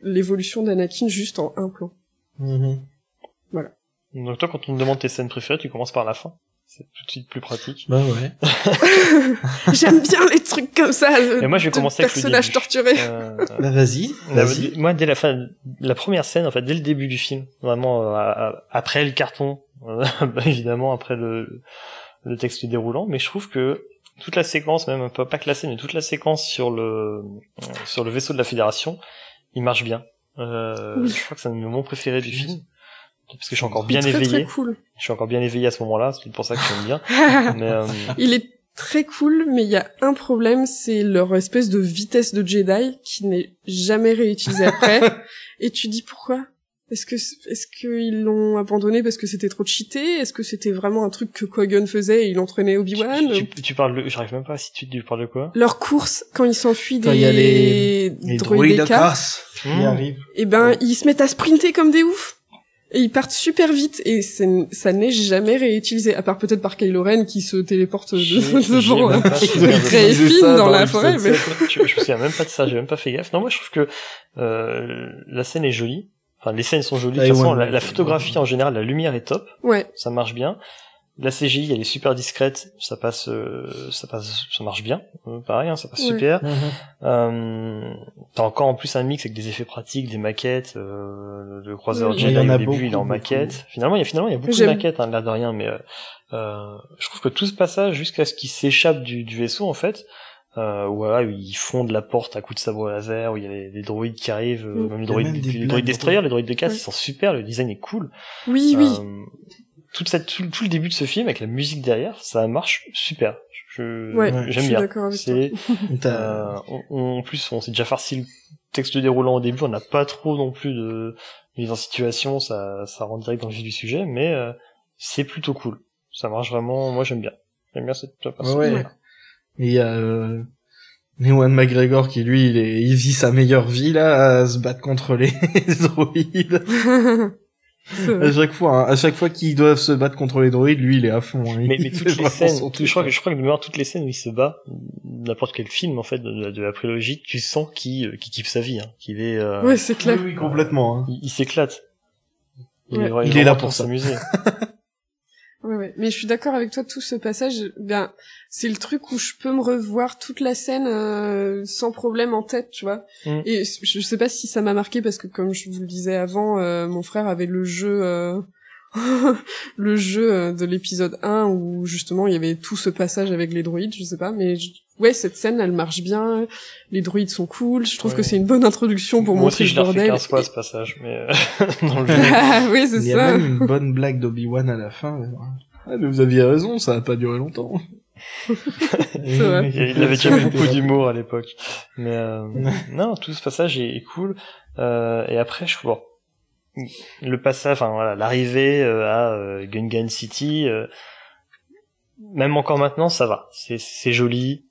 l'évolution d'Anakin juste en un plan. Voilà. Donc toi, quand on te demande tes scènes préférées, tu commences par la fin. C'est tout de suite plus pratique. Bah ouais. J'aime bien les trucs comme ça. Et moi, je vais commencer avec le personnages début. torturés. Bah vas-y. Moi, dès la première scène, en fait, dès le début du film, vraiment après le carton, bah, évidemment après le texte déroulant, mais je trouve que toute la séquence, même pas que la scène, mais toute la séquence sur le vaisseau de la Fédération, il marche bien. Oui. Je crois que c'est mon préféré du film. Parce que je suis encore bien Très, éveillé. très cool. Je suis encore bien éveillé à ce moment-là, c'est pour ça que j'aime bien. Mais Il est très cool, mais il y a un problème, c'est leur espèce de vitesse de Jedi qui n'est jamais réutilisée après. Et tu dis pourquoi? Est-ce que ils l'ont abandonné parce que c'était trop cheaté? Est-ce que c'était vraiment un truc que Qui-Gon faisait et il entraînait Obi-Wan? tu parles j'arrive même pas à situer, tu parles de quoi? Leur course, quand ils s'enfuient Quand il y a les droïdes de K, casse qui arrivent. et ben, ils se mettent à sprinter comme des oufs. Et ils partent super vite, et ça n'est jamais réutilisé, à part peut-être par Kylo Ren qui se téléporte devant Rey et Finn dans la forêt, mais... Je me souviens même pas de ça, j'ai même pas fait gaffe. Non, moi je trouve que la scène est jolie. Enfin, les scènes sont jolies. De toute façon, la photographie en général, la lumière est top. Ouais. Ça marche bien. La CGI, elle est super discrète. Ça marche bien. Pareil, hein, ça passe super. T'as encore en plus un mix avec des effets pratiques, des maquettes, le croiseur Jedi au début, il est en maquette. Finalement, il y a beaucoup de maquettes, hein, l'air de rien, mais je trouve que tout ce passage jusqu'à ce qu'il s'échappe du vaisseau, en fait, où voilà, ils fondent la porte à coups de sabre laser, où il y a les droïdes qui arrivent, même les droïdes destroyers, les droïdes de casse, ils sont super, le design est cool. Oui. Tout le début de ce film avec la musique derrière, ça marche super. J'aime bien. Je suis d'accord avec toi. En plus, on s'est déjà farci le texte déroulant au début, on n'a pas trop non plus de mise en situation, ça rentre direct dans le vif du sujet, mais c'est plutôt cool. Ça marche vraiment, moi j'aime bien. J'aime bien cette personne. Ouais. Et il y a Ewan McGregor qui lui, il vit sa meilleure vie là, à se battre contre les droïdes. À chaque fois qu'ils doivent se battre contre les droïdes, lui il est à fond. Hein. Mais toutes les scènes, je crois que de mémoire toutes les scènes où il se bat, n'importe quel film en fait de la prélogie, tu sens qu'il kiffe sa vie, hein, qu'il est. Ouais, c'est clair. Oui, complètement. Hein. Il s'éclate. Il est là pour s'amuser. Ouais. Mais je suis d'accord avec toi, tout ce passage, bien, c'est le truc où je peux me revoir toute la scène sans problème en tête, tu vois. Et je sais pas si ça m'a marqué parce que comme je vous le disais avant, mon frère avait le jeu le jeu de l'épisode 1 où justement il y avait tout ce passage avec les droïdes, je sais pas, mais ouais, cette scène elle marche bien, les droïdes sont cool, je trouve que c'est une bonne introduction pour montrer le bordel. Moi aussi je l'ai refait 15 fois ce passage, mais dans le jeu. Oui, c'est ça. Il y a même une bonne blague d'Obi-Wan à la fin. Ah, mais vous aviez raison, ça a pas duré longtemps. C'est vrai. Il avait déjà beaucoup d'humour à l'époque. Mais non, tout ce passage est cool. Et après, je vois le passage, enfin voilà, l'arrivée à Gungan City. Même encore maintenant, ça va. C'est joli.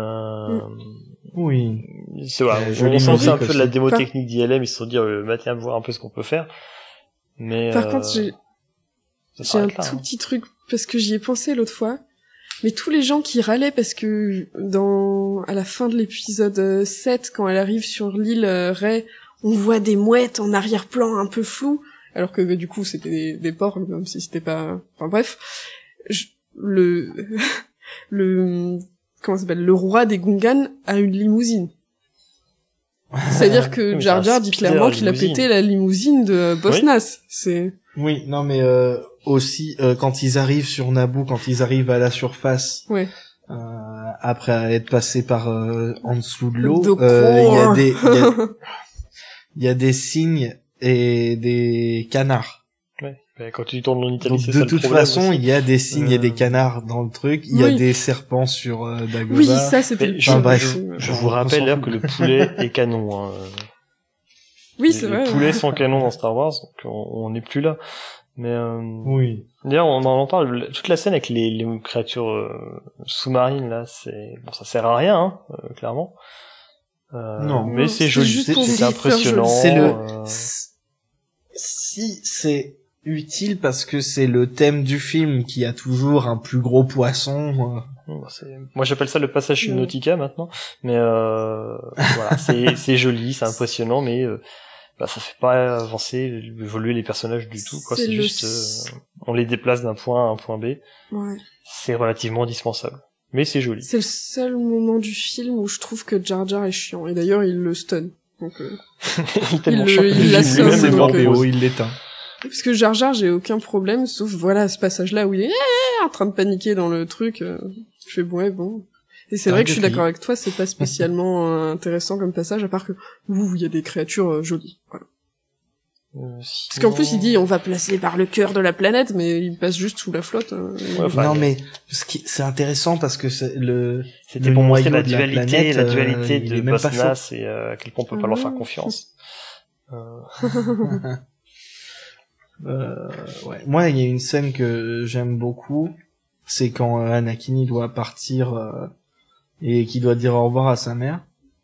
Oui. C'est vrai. On sent que c'est un peu de la démo technique d'ILM. Ils se sont dit, matin, voir un peu ce qu'on peut faire. Mais par contre, j'ai un tout petit truc parce que j'y ai pensé l'autre fois. Mais tous les gens qui râlaient parce que à la fin de l'épisode 7, quand elle arrive sur l'île Rey, on voit des mouettes en arrière-plan un peu flou, alors que du coup c'était des porcs, même si c'était pas... Enfin bref, comment ça s'appelle, le roi des Gungan a une limousine. C'est-à-dire que Jar Jar dit clairement qu'il a pété la limousine de Boss Nass. C'est... Oui, non mais aussi quand ils arrivent sur Naboo, quand ils arrivent à la surface, après être passés par en dessous de l'eau, il y a des cygnes et des canards. Ouais. Quand tu tournes en Italie, c'est ça le problème. De toute façon, il y a des cygnes et des canards dans le truc. Il y a des serpents sur Dagobah. Oui, ça c'était. Je vous rappelle d'ailleurs que le poulet est canon. Hein. Oui, c'est vrai. Les poulets sont canons dans Star Wars, donc on n'est plus là. Mais oui. D'ailleurs, on en parle. Toute la scène avec les créatures sous-marines là, ça sert à rien, hein, clairement. Non. Mais c'est joli, c'est impressionnant. Si c'est utile parce que c'est le thème du film qui a toujours un plus gros poisson. Moi j'appelle ça le passage Subnautica maintenant, mais voilà, c'est joli, c'est impressionnant, mais bah ça fait pas avancer, évoluer les personnages du tout, quoi. C'est juste, on les déplace d'un point à un point B. Ouais. C'est relativement indispensable. Mais c'est joli. C'est le seul moment du film où je trouve que Jar Jar est chiant. Et d'ailleurs, il le stun. Donc, il l'assomme. Il l'éteint. Parce que Jar Jar, j'ai aucun problème, sauf voilà ce passage-là où il est en train de paniquer dans le truc. Je fais bon. Et c'est vrai que je suis d'accord avec toi, c'est pas spécialement intéressant comme passage, à part que il y a des créatures jolies. Voilà. Parce qu'en plus il dit on va placer par le cœur de la planète, mais il passe juste sous la flotte. Non mais c'est intéressant parce que c'était pour montrer la dualité de Boss Nass et à quel point on peut pas leur faire confiance. Ouais. Moi il y a une scène que j'aime beaucoup, c'est quand Anakin il doit partir et qu'il doit dire au revoir à sa mère.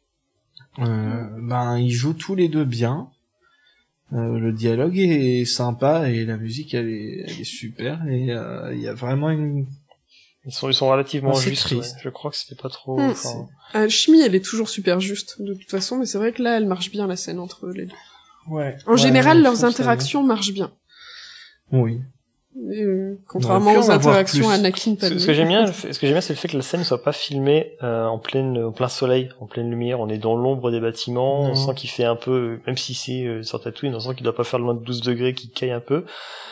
Ils jouent tous les deux bien. Le dialogue est sympa et la musique elle est super et il y a vraiment une... Ils sont relativement justes. Ouais. Je crois que c'était pas trop... Shmi elle est toujours super juste de toute façon, mais c'est vrai que là elle marche bien la scène entre les deux. Ouais. En général leurs interactions marchent bien. Oui. Contrairement aux interactions Anakin Padmé. Ce que j'aime bien, c'est le fait que la scène ne soit pas filmée en plein soleil, en pleine lumière. On est dans l'ombre des bâtiments. On sent qu'il fait un peu, même si c'est sur Tatooine, on sent qu'il doit pas faire loin de 12 degrés, qu'il caille un peu.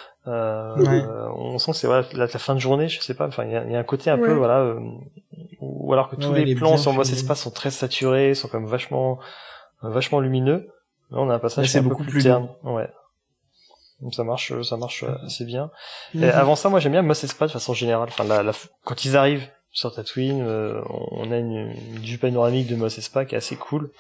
On sent que c'est la fin de journée, je sais pas. Enfin, il y a un côté un peu ou alors que tous les plans sur Mos Espa sont très saturés, sont comme vachement lumineux. Là, on a un passage un peu plus terne. Ouais. Donc ça marche assez bien. Et avant ça, moi j'aime bien Mos Espa de façon générale. Enfin, quand ils arrivent sur Tatooine, on a une vue panoramique de Mos Espa qui est assez cool.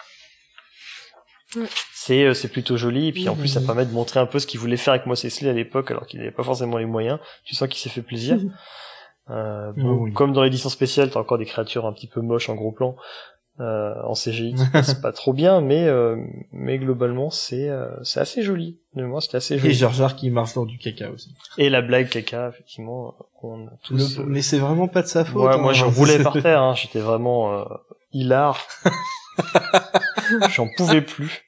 C'est plutôt joli, et puis en plus ça permet de montrer un peu ce qu'il voulait faire avec Mos Eisley à l'époque, alors qu'il n'avait pas forcément les moyens. Tu sens qu'il s'est fait plaisir. Comme dans l'édition spéciale, t'as encore des créatures un petit peu moches en gros plan. En CGI qui passe pas trop bien, mais globalement c'est assez joli. De moi c'était assez joli. Et Jar Jar qui marche dans du caca aussi. Et la blague caca effectivement qu'on a tous. Mais c'est vraiment pas de sa faute. Moi je roulais par terre, j'étais vraiment hilar. J'en pouvais plus.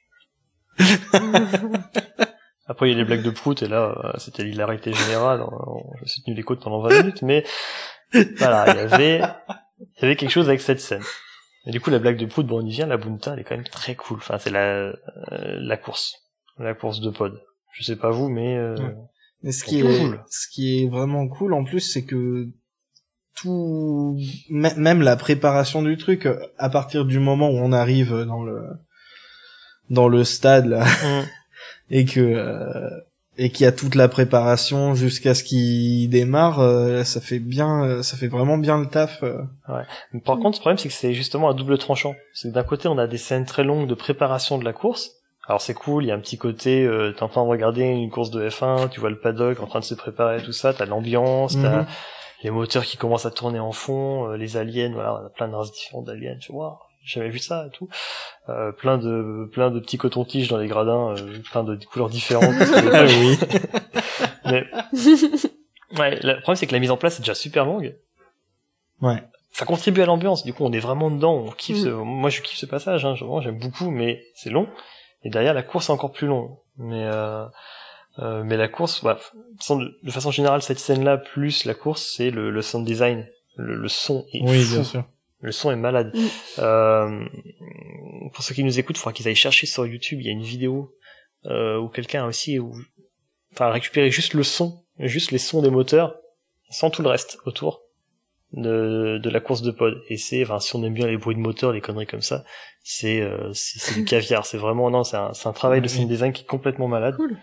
Après il y a les blagues de prout et là c'était l'hilarité générale. Je me suis tenu les côtes pendant 20 minutes, mais voilà, il y avait quelque chose avec cette scène. Et du coup, la blague de prout, on y vient, la Bunta, elle est quand même très cool. Enfin, c'est la course de pod. Je sais pas vous, mais ce qui est vraiment cool, en plus, c'est que même la préparation du truc, à partir du moment où on arrive dans le stade, là, et qu'il y a toute la préparation jusqu'à ce qu'il démarre, ça fait vraiment bien le taf. Ouais. Mais par contre, le problème, c'est que c'est justement un double tranchant. C'est que d'un côté, on a des scènes très longues de préparation de la course. Alors c'est cool, il y a un petit côté, t'es en train de regarder une course de F1, tu vois le paddock en train de se préparer, tout ça, t'as l'ambiance, t'as les moteurs qui commencent à tourner en fond, les aliens, voilà, on a plein de races différentes d'aliens, tu vois. J'ai jamais vu ça et tout. Plein de petits cotons-tiges dans les gradins, plein de couleurs différentes. Oui. Mais ouais, le problème c'est que la mise en place est déjà super longue. Ouais. Ça contribue à l'ambiance. Du coup, on est vraiment dedans. On kiffe. Moi, je kiffe ce passage. J'aime beaucoup, mais c'est long. Et derrière, la course est encore plus longue. Mais la course, de façon générale, cette scène-là plus la course, c'est le sound design. Le son est fou. Bien sûr. Le son est malade. Pour ceux qui nous écoutent, il faudra qu'ils aillent chercher sur YouTube. Il y a une vidéo où quelqu'un a aussi récupéré juste le son, juste les sons des moteurs, sans tout le reste autour de la course de pod. Et si on aime bien les bruits de moteur, les conneries comme ça, c'est du caviar. C'est vraiment c'est un travail de sound design qui est complètement malade. Cool.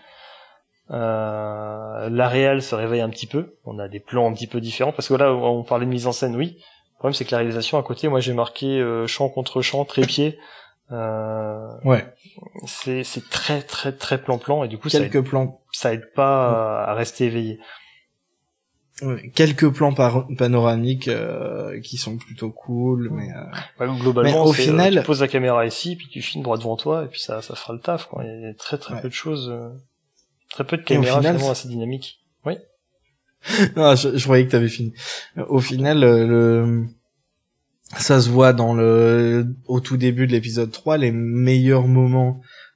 La réal se réveille un petit peu. On a des plans un petit peu différents parce que là, on parlait de mise en scène, oui. Le problème, c'est que la réalisation à côté, moi j'ai marqué champ contre champ, trépied. Ouais. C'est très très très plan-plan et du coup plans. Ça aide pas à rester éveillé. Ouais, quelques plans panoramiques qui sont plutôt cool, mais globalement, au final, tu poses la caméra ici, puis tu filmes droit devant toi, et puis ça fera le taf, quoi. Il y a très très peu de choses, très peu de caméras finalement assez dynamiques. Oui. Non, je croyais que t'avais fini. Au final, ça se voit au tout début de l'épisode 3, les meilleurs moments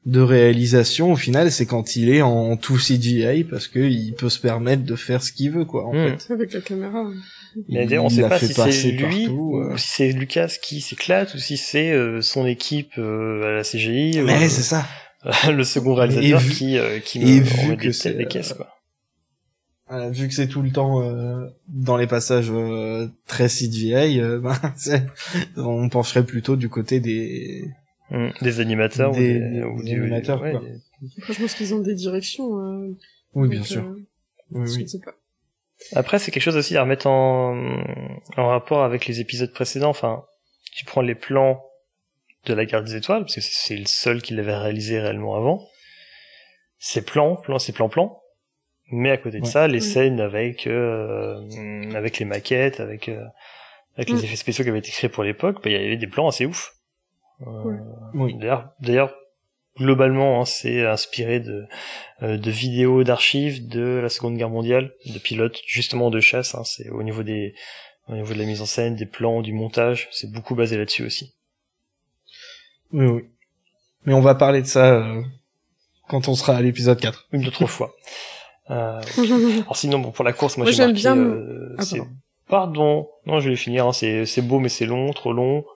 de réalisation au final, c'est quand il est en tout CGI parce que il peut se permettre de faire ce qu'il veut, quoi, en fait. Avec la caméra. Mais d'ailleurs, on sait l'a pas fait si c'est passer lui partout, ou si c'est Lucas qui s'éclate ou si c'est son équipe à la CGI Mais c'est ça. le second réalisateur qui et me vu remet que des des caisses, quoi. Voilà, vu que c'est tout le temps dans les passages très CGI, on pencherait plutôt du côté des animateurs des animateurs, quoi. Après, je pense qu'ils ont des directions. Oui, donc, bien sûr. Oui, Je oui. ne sais pas. Après, c'est quelque chose aussi à remettre en rapport avec les épisodes précédents. Enfin, tu prends les plans de la Guerre des Étoiles, parce que c'est le seul qui l'avait réalisé réellement avant. C'est plan. Mais à côté de ça, les scènes avec les maquettes, avec les effets spéciaux qui avaient été créés pour l'époque, il y avait des plans assez ouf. Oui. D'ailleurs, globalement, hein, c'est inspiré de vidéos d'archives de la Seconde Guerre mondiale, de pilotes justement de chasse. Hein, c'est au niveau de la mise en scène, des plans, du montage, c'est beaucoup basé là-dessus aussi. Oui. Mais on va parler de ça quand on sera à l'épisode 4. Une autre fois. Alors sinon, bon, pour la course, moi j'ai j'aime marqué... bien... Pardon. Non, je vais finir. Hein. C'est beau, mais c'est long, trop long.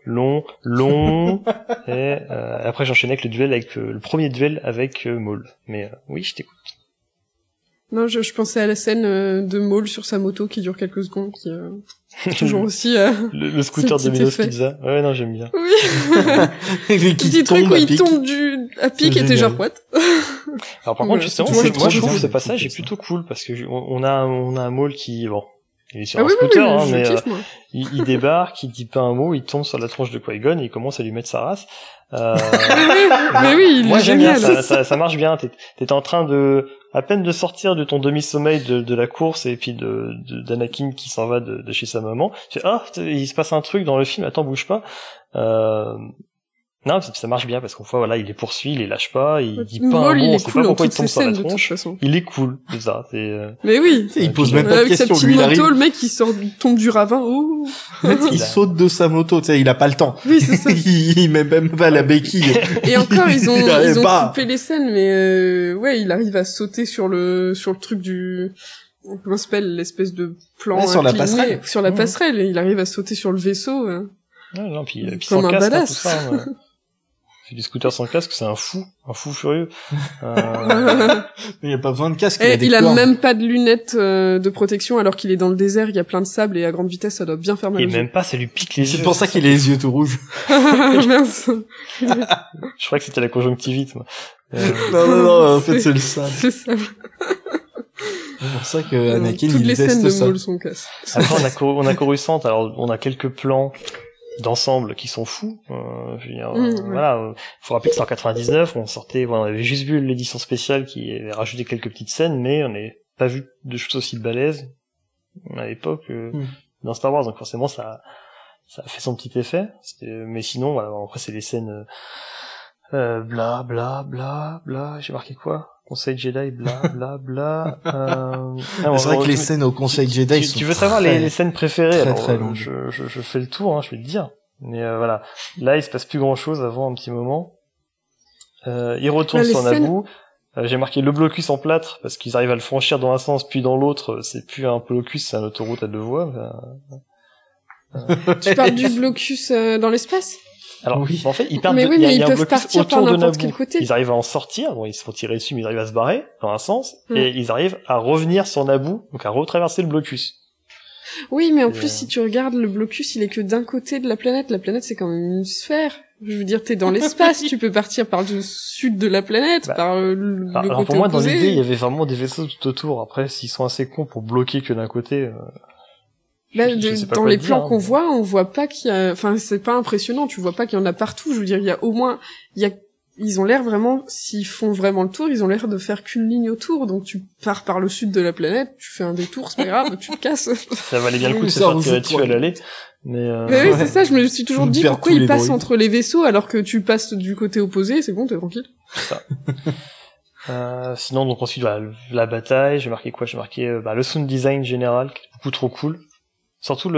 Et après, j'enchaînais avec le premier duel avec Maul. Mais oui, je t'écoute. Non, je pensais à la scène de Maul sur sa moto qui dure quelques secondes, qui toujours aussi... le scooter de Domino's Pizza. Ouais, non, j'aime bien. Oui. Petit truc où il tombe à pic et t'es genre what. Alors par contre, justement, moi je trouve ce passage est plutôt cool parce que on a un Maul qui, bon, il est sur un scooter, mais il débarque, il dit pas un mot, il tombe sur la tronche de Qui-Gon et il commence à lui mettre sa race. Mais oui, moi j'aime bien, génial. ça marche bien. T'es en train à peine de sortir de ton demi-sommeil de la course et puis d'Anakin qui s'en va de chez sa maman. Tu fais, il se passe un truc dans le film, attends, bouge pas. Non, ça marche bien parce qu'on voit, voilà, il les poursuit, il les lâche pas, il dit pas un mot, on sait pas pourquoi il tombe sur la tronche. Il est cool, c'est ça. Mais oui, il pose même pas de avec sa questions. petite Lui, moto, le mec il tombe du ravin. Oh. Il saute de sa moto, tu sais, il a pas le temps. Oui, c'est ça. il met même pas la béquille. Et encore, ils ont coupé les scènes, mais ouais, il arrive à sauter sur le truc du... Comment ça s'appelle, l'espèce de plan sur la passerelle. Sur la passerelle, il arrive à sauter sur le vaisseau. Non, puis comme sans un casque, badass. tout ça. C'est du scooter sans casque, c'est un fou furieux. Il y a pas besoin de casque. Il a même pas de lunettes de protection alors qu'il est dans le désert, il y a plein de sable et à grande vitesse ça doit bien faire mal. Et même pas, ça lui pique les yeux. C'est pour ça qu'il a les yeux tout rouges. Mince. Je crois que c'était la conjonctivite, moi. Non, en fait c'est le sable. C'est ça. C'est pour ça que Anakin toutes il les scènes de ça. Maul sont casses. Après on a Coruscant, alors on a quelques plans d'ensemble qui sont fous. Je veux dire, voilà, faut rappeler que c'est en 99, on avait juste vu l'édition spéciale qui avait rajouté quelques petites scènes, mais on n'avait pas vu de choses aussi balèzes à l'époque dans Star Wars, donc forcément ça a fait son petit effet. Mais sinon, voilà, après c'est les scènes bla bla bla bla, j'ai marqué quoi? Conseil Jedi, bla bla bla. C'est vrai que les scènes au Conseil Jedi sont... Tu veux savoir les scènes préférées? Très longues. Je fais le tour, hein, je vais te dire. Mais voilà, là il se passe plus grand chose avant un petit moment. Il retourne sur Naboo. J'ai marqué le blocus en plâtre parce qu'ils arrivent à le franchir dans un sens puis dans l'autre. C'est plus un blocus, c'est une autoroute à deux voies. Tu parles du blocus dans l'espace? Alors, oui. en fait, ils partent mais il y a ils un peuvent blocus partir par autour de n'importe Naboo. quel côté. Ils arrivent à en sortir, bon, ils se font tirer dessus, mais ils arrivent à se barrer dans un sens, et ils arrivent à revenir sur Naboo, donc à retraverser le blocus. Oui, mais en plus, si tu regardes le blocus, il est que d'un côté de la planète. La planète, c'est quand même une sphère. Je veux dire, t'es dans l'espace, tu peux partir par le sud de la planète, par le alors côté pour moi, opposé. dans l'idée, il y avait vraiment des vaisseaux tout autour. Après, s'ils sont assez cons pour bloquer que d'un côté... Là, je sais pas dans quoi les dire, plans qu'on voit, on voit pas qu'il y a, enfin, c'est pas impressionnant, tu vois pas qu'il y en a partout, je veux dire, il y a au moins, ils ont l'air vraiment, s'ils font vraiment le tour, ils ont l'air de faire qu'une ligne autour, donc tu pars par le sud de la planète, tu fais un détour, c'est pas grave, tu te casses. Ça valait bien le coup de se faire tirer dessus à l'aller. Mais oui, c'est ça, je me suis toujours dit pourquoi ils passent droïdes. entre les vaisseaux alors que tu passes du côté opposé, c'est bon, t'es tranquille. C'est ça. Sinon, donc ensuite, la bataille, j'ai marqué quoi? J'ai marqué le sound design général, qui est beaucoup trop cool. Surtout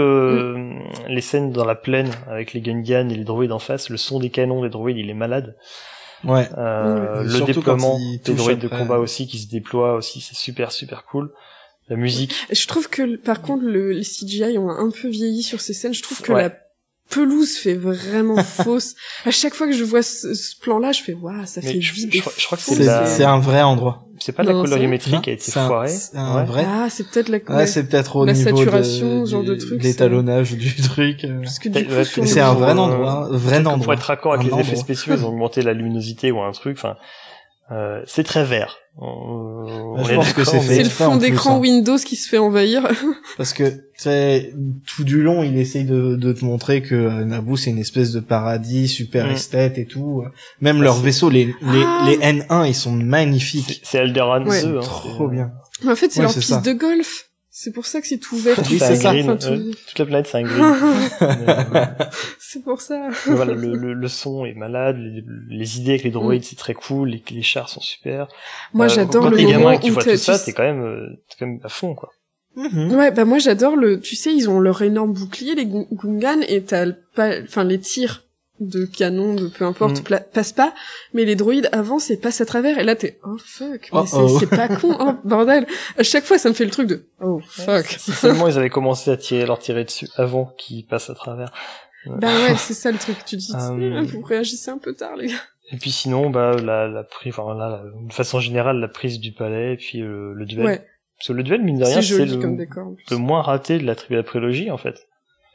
les scènes dans la plaine avec les Gungans et les droïdes en face, le son des canons des droïdes, il est malade. Ouais. Le Surtout déploiement quand il des touche droïdes de après. combat aussi qui se déploient aussi, c'est super super cool. La musique, Je trouve que, par contre, les CGI ont un peu vieilli sur ces scènes. Je trouve que Ouais. la pelouse fait vraiment fausse. À chaque fois que je vois ce plan-là, je fais, waouh, ça Mais fait je vide et crois que faux. c'est la- C'est un vrai endroit. c'est pas de la Non, colorimétrie c'est- qui a été c'est un- foirée. c'est un vrai. Ah, c'est peut-être la, Ouais, c'est peut-être au la niveau saturation, ce genre de truc, l'étalonnage du truc. parce que du Ouais, coup, sur mais le- C'est un pour, vrai endroit, vrai Peut-être que endroit. pour être raccord avec Un les effets endroit. spéciaux, ils ont augmenté la luminosité ou un truc. Enfin, c'est très vert. Je pense que c'est c'est fait le exprès, en fond plus, d'écran hein. Windows qui se fait envahir. Parce que, tu sais, tout du long, il essaye de te montrer que Naboo, c'est une espèce de paradis, super esthète et tout. Même Ah, leurs c'est- vaisseaux, les Ah. N1, ils sont magnifiques. C'est Alderaan Ouais. 2. Hein, Trop bien. Mais en fait, c'est Ouais, leur c'est piste ça. de golf. C'est pour ça que c'est tout vert. Oui, tout c'est ça. ça. Green, Enfin, tout- toute la planète c'est un green. C'est pour ça. Mais voilà, le son est malade, les idées avec les droïdes c'est très cool, les chars sont super. Moi, j'adore quand le t'es gamin moment et que tu où vois t'as- tout ça, tu- t'es quand même à fond quoi. Mhm. Ouais, bah moi j'adore tu sais, ils ont leur énorme bouclier, les Gungans, et enfin les tirs de canon, de peu importe, passent pas, mais les droïdes avancent et passent à travers, et là t'es, oh fuck, mais c'est pas con, oh bordel. À chaque fois ça me fait le truc de, oh fuck. Si seulement ils avaient commencé à leur tirer dessus avant qu'ils passent à travers. Bah ouais, c'est ça le truc, tu dis, Euh, vous réagissez un peu tard les gars. Et puis sinon, bah de façon générale, la prise du palais, et puis le duel. Ouais, Parce que le duel, mine de rien, c'est c'est joli comme décor. En plus. le moins raté de la prélogie en fait.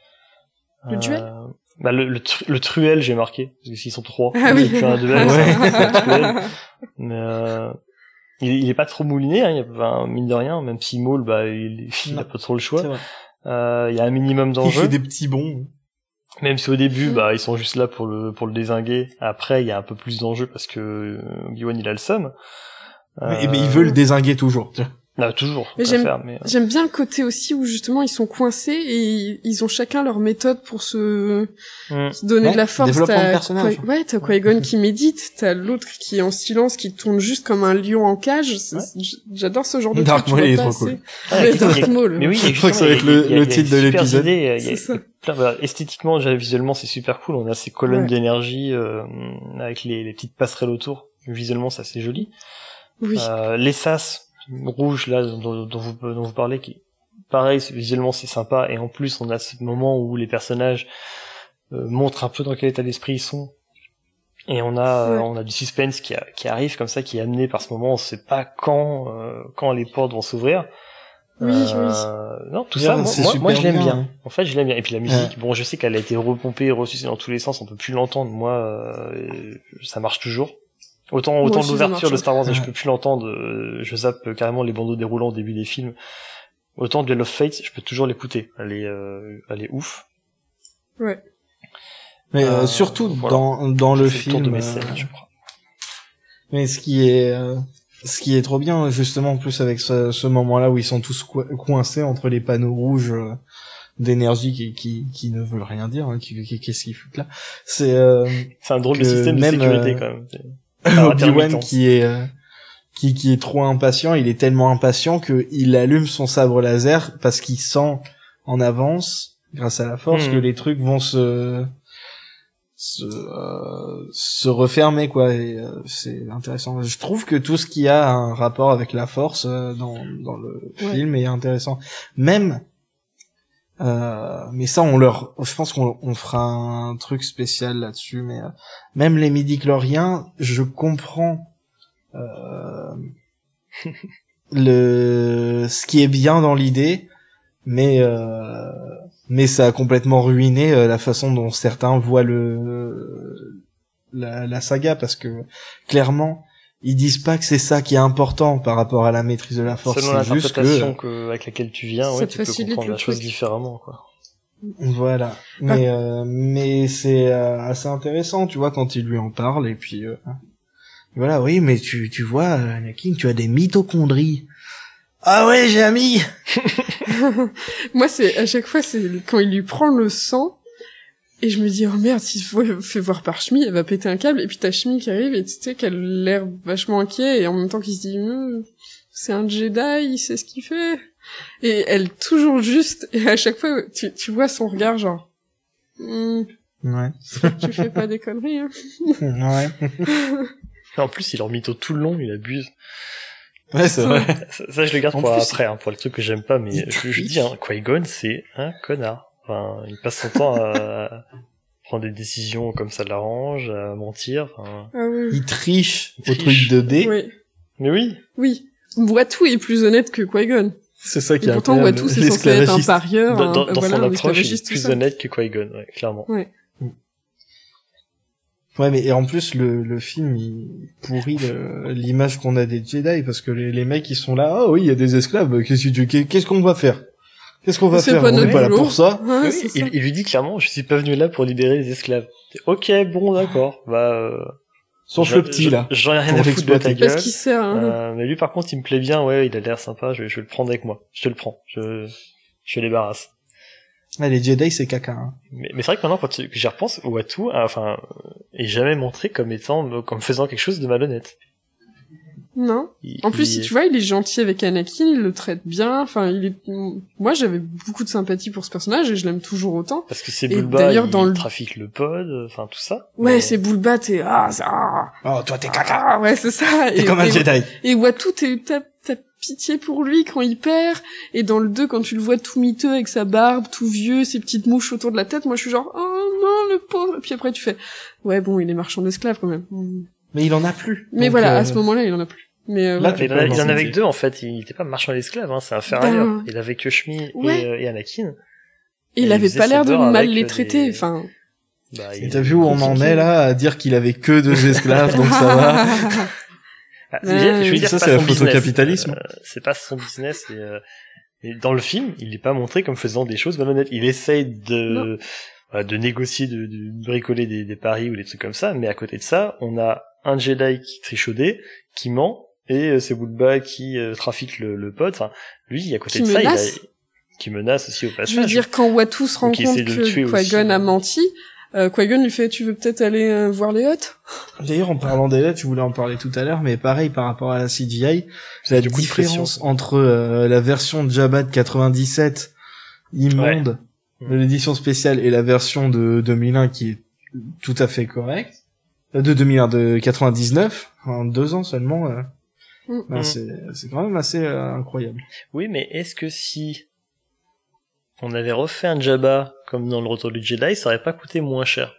Le duel Bah le truel j'ai marqué parce que s'ils sont trois, Ah oui. c'est plus un duel, Ouais. c'est un truel. Mais il est pas trop mouliné, hein, mine de rien, même si Maul bah il Non. a pas trop le choix. C'est vrai. Il y a un minimum Il d'enjeux. fait des petits bonds. Même si au début bah ils sont juste là pour le dézinguer. Après il y a un peu plus d'enjeux parce que Obi-Wan il a le seum. Mais il veut le dézinguer toujours. tu vois. Là, toujours. Mais faut j'aime- faire, mais J'aime bien le côté aussi où justement ils sont coincés et ils ont chacun leur méthode pour se donner Ouais, de la force. développement de personnage. Ouais, t'as Qui-Gon qui médite, t'as l'autre qui est en silence, qui tourne juste comme un lion en cage. J'adore ce genre de Dark truc. tu Maul, vois il est pas trop assez. cool. Ouais, Dark Maul. Mais oui, Je crois que ça va être justement, il y a le titre de des super l'épisode. idées, il y C'est a ça. plein, voilà, esthétiquement, déjà, visuellement, c'est super cool. On a ces colonnes Ouais. d'énergie avec les petites passerelles autour. Visuellement, ça c'est joli. Oui. Les sas rouges là dont vous parlez, qui pareil, visuellement c'est sympa. Et en plus, on a ce moment où les personnages montrent un peu dans quel état d'esprit ils sont. Et on a du suspense qui arrive comme ça, qui est amené par ce moment. On sait pas quand les portes vont s'ouvrir. Oui. Non, tout Bien, ça, c'est moi super je l'aime bien, bien. hein. En fait, je l'aime bien. Et puis la musique, bon, je sais qu'elle a été repompée, ressucée dans tous les sens, on peut plus l'entendre. Moi, ça marche toujours. Autant aussi, de ça l'ouverture marche. de Star Wars, Ouais. je peux plus l'entendre. Je zappe carrément les bandeaux déroulants au début des films. Autant Duel of Fates, je peux toujours l'écouter. Elle est ouf. Ouais. Mais surtout voilà. dans le J'ai fait tour film. de mes scènes, je crois. Mais ce qui est trop bien justement en plus avec ce moment-là où ils sont tous coincés entre les panneaux rouges d'énergie qui ne veulent rien dire, hein, qu'est-ce qu'ils foutent là. C'est C'est un drôle de que système de même, sécurité quand même. Par Obi-Wan intermittence. qui est trop impatient, il est tellement impatient que il allume son sabre laser parce qu'il sent en avance grâce à la force que les trucs vont se refermer quoi, et c'est intéressant. Je trouve que tout ce qui a un rapport avec la force dans le film est intéressant. Même mais ça je pense qu'on fera un truc spécial là-dessus, mais même les midi-chloriens, je comprends ce qui est bien dans l'idée, mais ça a complètement ruiné la façon dont certains voient la saga, parce que clairement ils disent pas que c'est ça qui est important par rapport à la maîtrise de la force. Selon c'est juste l'interprétation avec laquelle tu viens, Ça ouais, te tu peux facilite comprendre le la chose truc. différemment, quoi. voilà. Mais c'est assez intéressant, tu vois, quand il lui en parle, et puis voilà, oui, mais tu vois, Anakin, tu as des mitochondries. Ah ouais, j'ai ami. Moi, à chaque fois, c'est quand il lui prend le sang, et je me dis, oh merde, s'il fait voir par Shmi, elle va péter un câble, et puis t'as Shmi qui arrive, et tu sais qu'elle a l'air vachement inquiet, et en même temps qu'il se dit, c'est un Jedi, il sait ce qu'il fait. Et elle, toujours juste, et à chaque fois, tu vois son regard, genre, Ouais. Tu fais pas des conneries, hein. Ouais. En plus, il est en mytho tout le long, il abuse. Ouais, c'est vrai. Ça, je le garde En pour plus, après, hein, pour le truc que j'aime pas, mais je dis, hein, Qui-Gon, c'est un connard. Enfin, il passe son temps à prendre des décisions comme ça l'arrange, à mentir, enfin... Ah oui. Il triche Il au triche. truc de dés. Oui. Mais oui! Oui. Watu est plus honnête que Qui-Gon. C'est ça qui Et est pourtant, incroyable. Watu, c'est censé être un parieur, Dans voilà, son un approche, il esclavagiste, est tout plus ça. honnête que Qui-Gon, ouais, clairement. Ouais. Ouais, mais et en plus, le film, il pourrit l'image qu'on a des Jedi, parce que les mecs, ils sont là, ah oui, il y a des esclaves, qu'est-ce qu'on va faire? Qu'est-ce qu'on va C'est faire? pas On n'est notre pas là boulot. pour ça. Ouais, Oui, c'est ça. il lui dit clairement, je suis pas venu là pour libérer les esclaves. Ok, bon, d'accord, Sauf le petit, là. J'en ai rien Pour à foutre de ta l'exploiter. gueule. Parce qu'il sert, hein. Mais lui, par contre, il me plaît bien, ouais, il a l'air sympa, je vais le prendre avec moi. Je te le prends. Je les débarrasse. Ah, les Jedi, c'est caca, hein. Mais c'est vrai que maintenant, que j'y repense, Watu, est jamais montré comme comme faisant quelque chose de malhonnête. Non. En plus, tu vois, il est gentil avec Anakin, il le traite bien, enfin, moi, j'avais beaucoup de sympathie pour ce personnage et je l'aime toujours autant. Parce que c'est Et Bulba, d'ailleurs, il dans le- trafique le pod, enfin, tout ça. Ouais, Mais- c'est Bulba, Oh, toi, t'es caca. Ah, ouais, c'est ça. T'es comme un Jedi. Et Watu, t'as pitié pour lui quand il perd. Et dans le 2, quand tu le vois tout miteux avec sa barbe, tout vieux, ses petites mouches autour de la tête, moi je suis genre, oh non, le pauvre. Et puis après tu fais, ouais bon, il est marchand d'esclaves quand même. Mais il en a plus. Mais Donc, voilà, à ce moment-là, il en a plus. Mais là, voilà. tu Il peux en avancer. avait que deux, en fait. Il était pas marchand d'esclaves, hein, c'est inférieur. Ben, Il avait que Shmi ouais. et Anakin. Et il il avait faisait pas ses l'air de beurres mal avec les des- traiter, enfin. Bah, Et t'as vu où on en est, là, à dire qu'il avait que 2 esclaves, donc ça va. Ah, je veux dire, Ça, c'est c'est pas la son photocapitalisme. business. C'est pas son business et dans le film, il est pas montré comme faisant des choses malhonnêtes. Il essaye de négocier, de bricoler des paris ou des trucs comme ça, mais à côté de ça, on a un Jedi qui triche au dé, qui ment, et c'est Bulba qui trafique le pod. Enfin, lui, à côté Qui de ça, menace. qui menace aussi au passage. Je veux dire, quand Watu se rend Donc, il compte essaie de le tuer que aussi. Qui-Gon a menti, Qui-Gon lui fait, tu veux peut-être aller voir les Hutt? D'ailleurs, en parlant des lettres, je voulais en parler tout à l'heure, mais pareil, par rapport à la CGI, la du coup de différence pression. entre la version de Jabba de 97, immonde, Ouais. de l'édition spéciale, et la version de 2001 qui est tout à fait correcte, de 2001, de 99, en 2 ans seulement, ben, c'est quand même assez incroyable. Oui, mais est-ce que si on avait refait un Jabba comme dans le Retour du Jedi, ça aurait pas coûté moins cher?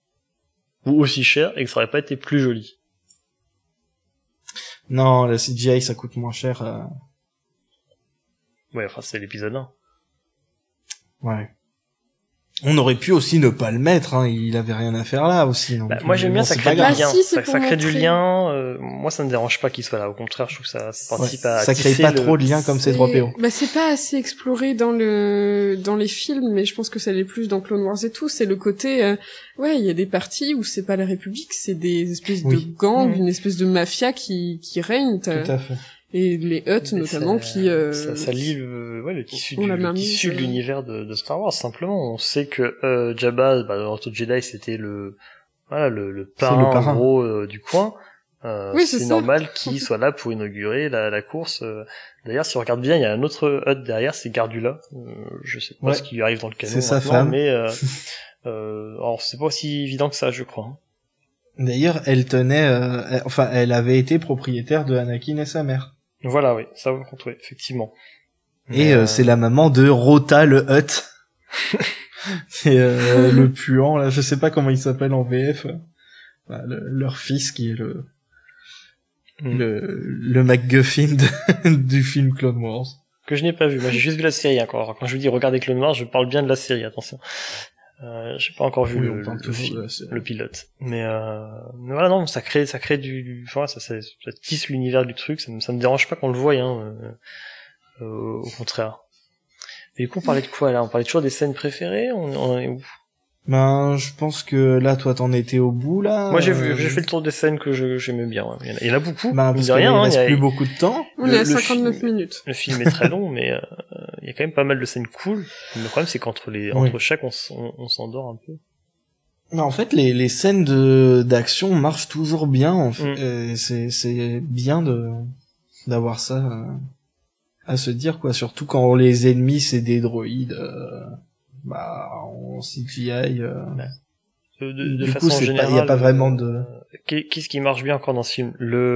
Ou aussi cher, et que ça aurait pas été plus joli? Non, la CGI, ça coûte moins cher. Ouais, enfin, c'est l'épisode 1. Ouais. On aurait pu aussi ne pas le mettre, hein. Il avait rien à faire là aussi. Donc, Bah, moi j'aime bien, ça c'est crée pas du grave. Bah, lien. si, c'est Ça pour crée du montrer. lien. Moi, ça me dérange pas qu'il soit là. Au contraire, je trouve que ça participe à Ça crée tisser pas le- trop de liens comme ces 3 PO. Bah, c'est pas assez exploré dans les films, mais je pense que ça l'est plus dans Clone Wars et tout. C'est le côté, ouais, il y a des parties où c'est pas la République, c'est des espèces Oui. de gangs, Mmh. une espèce de mafia qui règne. Tout à fait. Et les Hutt, Mais notamment, ça lie le tissu, on l'a le mainmise, tissu de l'univers de Star Wars. Simplement, on sait que Jabba, dans Retour du Jedi, c'était le parrain, le parrain. en gros du coin. Oui, c'est c'est ça. normal qu'il soit là pour inaugurer la course. D'ailleurs, si on regarde bien, il y a un autre Hutt derrière, c'est Gardula. Je sais pas Ouais. ce qui lui arrive dans le canon C'est sa maintenant, femme. mais alors c'est pas aussi évident que ça, je crois. D'ailleurs, elle tenait, elle avait été propriétaire de Anakin et sa mère. Voilà, oui, ça par contre, oui, effectivement. Et c'est la maman de Rota le Hutt. Et le puant, là, je sais pas comment il s'appelle en VF. Bah, leur fils qui est le MacGuffin du film Clone Wars. Que je n'ai pas vu. Moi, j'ai juste vu la série encore. Quand je vous dis regardez Clone Wars, je parle bien de la série, attention. J'ai pas encore vu Oui, le on parle toujours film, de la série. le pilote. Mais voilà, non, ça crée enfin, ça tisse l'univers du truc. Ça me dérange pas qu'on le voie, hein. Au contraire. Et du coup, on parlait de quoi, là? On parlait toujours des scènes préférées? On est où? Ben, je pense que là, toi, t'en étais au bout, là. Moi, j'ai fait le tour des scènes que j'aimais bien, ouais. Il y en a beaucoup. Ben, mine parce de qu'il rien, hein, reste plus beaucoup de temps. On le- est à le 59 film- minutes. Le film est très long, mais il y a quand même pas mal de scènes cool. Le problème, c'est qu'entre chaque, on s'endort un peu. Mais en fait, les scènes d'action marchent toujours bien. En fait. Et c'est bien d'avoir ça à se dire, quoi. Surtout quand les ennemis c'est des droïdes, en CGI. Ouais. de Du façon coup, générale, il y a pas vraiment de... Qu'est-ce qui marche bien encore dans ce film?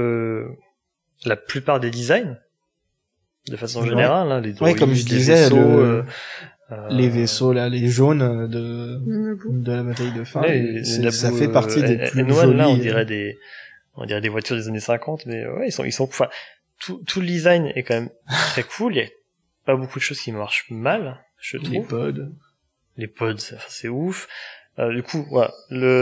La plupart des designs, de façon générale, hein, les droïdes, comme je les disais, vaisseaux, les vaisseaux là, les jaunes de la bataille de fin, ça fait partie des plus N1, jolis. là, on dirait des voitures des années 50, mais ouais, ils sont, enfin, tout le design est quand même très cool. Il y a pas beaucoup de choses qui marchent mal, je trouve. Les pods, c'est ouf. Du coup, voilà,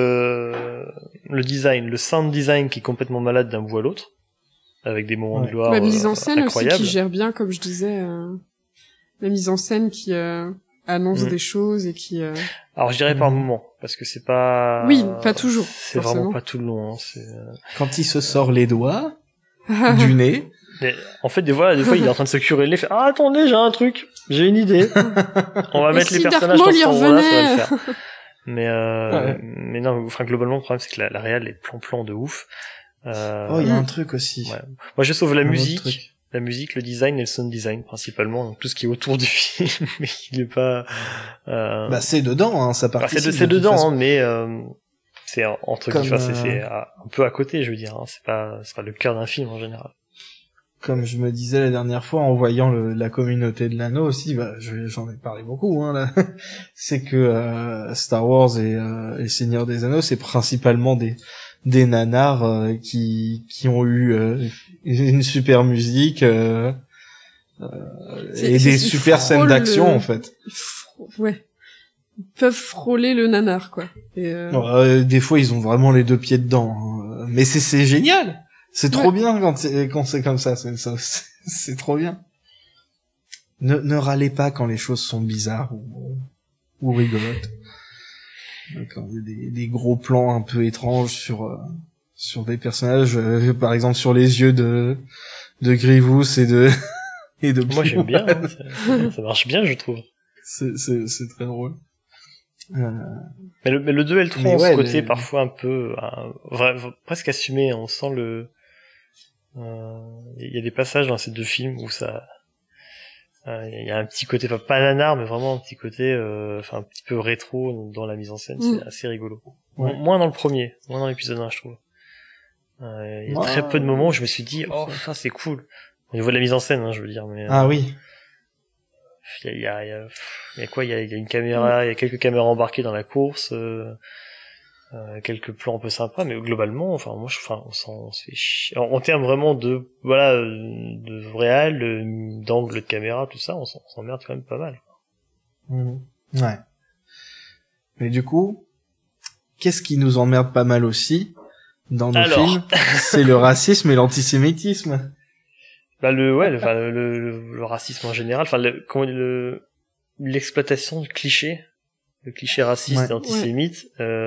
le design, le sound design qui est complètement malade d'un bout à l'autre, avec des moments de gloire la mise en scène incroyables. aussi qui gère bien, comme je disais, la mise en scène qui annonce des choses et qui... Alors je dirais par moment, parce que c'est pas... Oui, pas toujours. C'est vraiment pas tout le long. Hein, quand il se sort les doigts du nez... Mais, en fait, des fois, il est en train de se curer le nez, il fait, ah, attendez, j'ai un truc, j'ai une idée. On va mettre les personnages dans ce endroit-là, ça va le faire. Mais non, enfin, globalement, le problème, c'est que la réal est plan-plan de ouf. il y a un truc aussi. Ouais. Moi, je sauve la musique, le design et le sound design, principalement, donc tout ce qui est autour du film, mais il est pas, c'est dedans, hein, ça participe. C'est dedans, hein, mais, c'est entre guillemets, c'est un peu à côté, je veux dire, hein, c'est pas le cœur d'un film, en général. Comme je me disais la dernière fois en voyant la communauté de l'anneau aussi, j'en ai parlé beaucoup, hein, là. C'est que Star Wars et Seigneur des Anneaux, c'est principalement des nanars qui ont eu une super musique et des super scènes d'action en fait. Ouais. Ils peuvent frôler le nanar quoi. Et des fois ils ont vraiment les deux pieds dedans, hein. Mais c'est génial. C'est trop bien quand c'est comme ça, c'est trop bien. Ne râlez pas quand les choses sont bizarres ou rigolotes. Quand il y a des gros plans un peu étranges sur des personnages, par exemple sur les yeux de Grievous et de moi j'aime bien, hein, ça marche bien je trouve. C'est très drôle. Mais le 2 et le 3 ont ce côté parfois un peu presque assumé, on sent il y a des passages dans ces deux films où ça il y a un petit côté pas nanar mais vraiment un petit côté un petit peu rétro dans la mise en scène, c'est assez rigolo. Moins dans le premier, moins dans l'épisode 1 je trouve. Il y a très peu de moments où je me suis dit ça c'est cool au niveau de la mise en scène, hein, je veux dire, mais oui. Il y a quoi, il y a une caméra, il y a quelques caméras embarquées dans la course, quelques plans un peu sympas, mais globalement, on se fait chier. En termes vraiment de réal, d'angle de caméra, tout ça, on s'emmerde quand même pas mal. Ouais. Mais du coup, qu'est-ce qui nous emmerde pas mal aussi dans nos films? C'est le racisme et l'antisémitisme. Le racisme en général, l'exploitation du cliché, le cliché raciste et antisémite,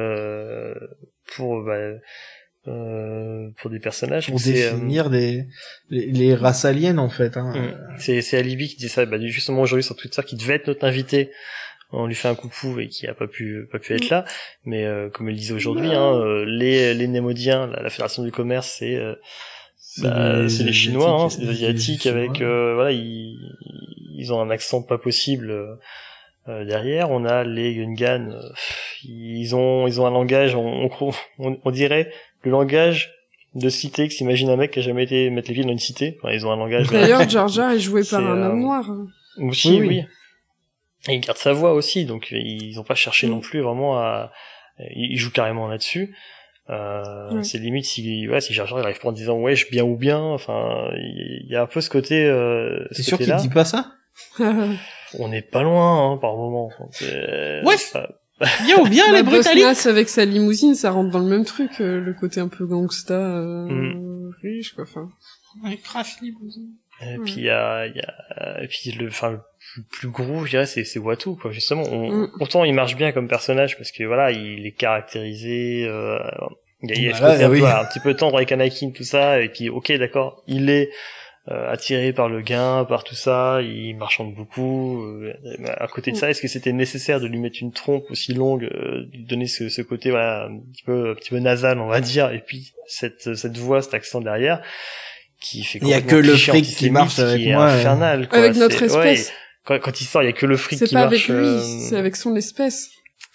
pour des personnages. Pour définir les races aliens, en fait, hein. C'est Alibi qui dit ça, justement aujourd'hui sur Twitter, qui devait être notre invité. On lui fait un coucou et qui a pas pu être là. Mais, comme il disait aujourd'hui, les Némodiens, la Fédération du Commerce, c'est les Chinois, hein, c'est des Asiatiques avec ils ont un accent pas possible derrière. On a les Gungans, ils ont un langage, on dirait le langage de cité que s'imagine un mec qui a jamais été mettre les pieds dans une cité. Enfin, ils ont un langage. D'ailleurs, Jar Jar est joué par un homme noir. Aussi, oui. Et il garde sa voix aussi, donc ils ont pas cherché non plus vraiment ils jouent carrément là-dessus. C'est limite si Jar Jar il arrive pas en disant wesh bien ou bien, enfin il y a un peu ce côté c'est sûr qu'il dit pas ça. On n'est pas loin, hein, par moment. Wesh bien ou bien les Britanniques avec sa limousine, ça rentre dans le même truc, le côté un peu gangsta riche quoi, enfin crash limousine. Et puis le plus gros, je dirais, c'est Watto, quoi. Justement, autant il marche bien comme personnage parce que voilà, il est caractérisé, il y a ce côté un petit peu tendre avec Anakin, tout ça, et puis ok, d'accord, il est attiré par le gain, par tout ça, il marchande beaucoup. À côté de ça, est-ce que c'était nécessaire de lui mettre une trompe aussi longue, de lui donner ce côté voilà un petit peu nasal, on va dire, et puis cette voix, cet accent derrière qui fait il y a que le fric qui marche avec moi, infernal, quoi. Avec notre espèce. Quand il sort, il y a que le fric qui marche. C'est pas avec lui, c'est avec son espèce.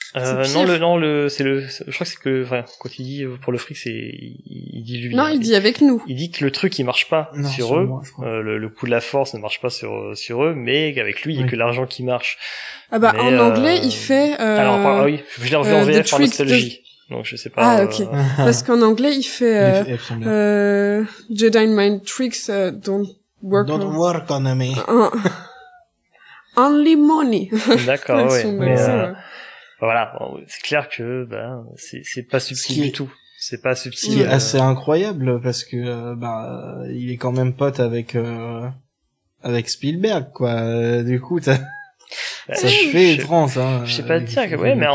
je crois que c'est que, enfin, quand il dit pour le fric, il dit lui. Non, il dit avec nous. Il dit que le truc il marche pas sur eux, moi, le coup de la force ne marche pas sur eux, mais qu'avec lui il y a que l'argent qui marche. Ah bah en anglais il fait. Alors oui, je l'ai revu en VF par nostalgie. Donc je sais pas. Ah ok. Parce qu'en anglais il fait Jedi mind tricks don't work on me. Only money. D'accord, ouais. Mais voilà, c'est clair que c'est pas subtil du tout. C'est pas subtil. Ce qui est assez incroyable parce que il est quand même pote avec Spielberg quoi. Du coup ça fait étrange hein. Je sais pas te dire que ouais, mais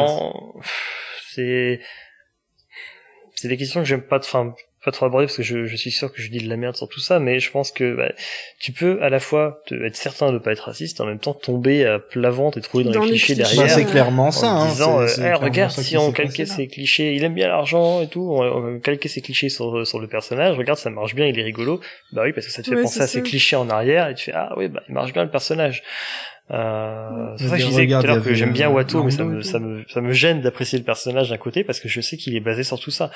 c'est des questions que j'aime pas trop aborder parce que je suis sûr que je dis de la merde sur tout ça, mais je pense que tu peux à la fois être certain de pas être raciste et en même temps tomber à plat ventre et trouver dans les clichés derrière. C'est clairement ça. En disant, regarde, ça si on calquait ces clichés, il aime bien l'argent et tout, on calquait ces clichés sur le personnage, regarde, ça marche bien, il est rigolo. Bah oui, parce que ça te fait penser à ces clichés en arrière et tu fais, ah oui, il marche bien le personnage. C'est pour ça que je disais tout à l'heure que j'aime bien Watteau, mais ça me gêne d'apprécier le personnage d'un côté parce que je sais qu'il est basé sur tout ça.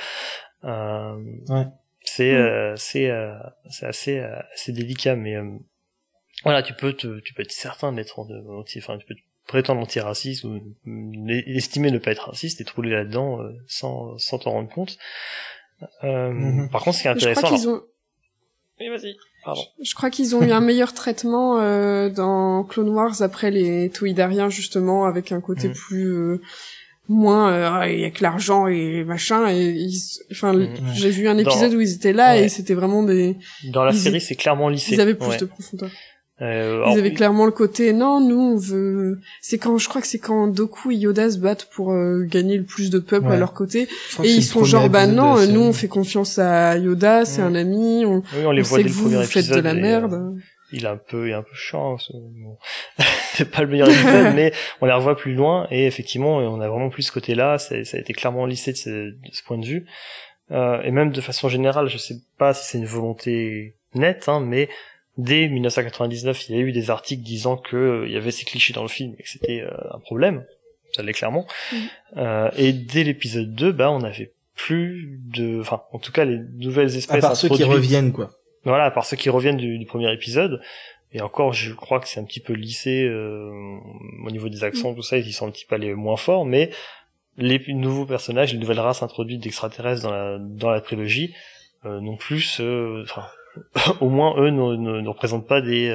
C'est assez délicat, mais voilà, tu peux être certain d'être tu peux prétendre antiraciste ou estimer ne pas être raciste et te rouler là-dedans sans t'en rendre compte. Par contre, ce qui est intéressant. Oui, vas-y. Pardon. Je crois qu'ils ont eu un meilleur traitement dans Clone Wars après les Toydariens justement, avec un côté plus moins il y a que l'argent et machin et j'ai vu un épisode où ils étaient là et c'était vraiment dans la série c'est clairement lissé. Ils avaient plus de profondeur. Ils avaient clairement le côté non, nous on veut, je crois que c'est quand Dooku et Yoda se battent pour gagner le plus de peuple à leur côté et ils sont genre non, nous on fait confiance à Yoda, c'est un ami, on les voit sait dès que le premier vous faites de la merde. Il est un peu chiant, c'est pas le meilleur épisode, mais on la revoit plus loin et effectivement on a vraiment plus ce côté-là, ça a été clairement lissé de ce point de vue, et même de façon générale, je sais pas si c'est une volonté nette, mais dès 1999 il y a eu des articles disant que il y avait ces clichés dans le film et que c'était un problème, ça l'est clairement, et dès l'épisode 2 on avait plus en tout cas les nouvelles espèces à part ceux qui reviennent quoi. Voilà, à part ceux qui reviennent du premier épisode, et encore, je crois que c'est un petit peu lissé au niveau des accents, tout ça, ils sont un petit peu allés moins forts, mais les nouveaux personnages, les nouvelles races introduites d'extraterrestres dans la trilogie, non plus, au moins eux ne représentent pas des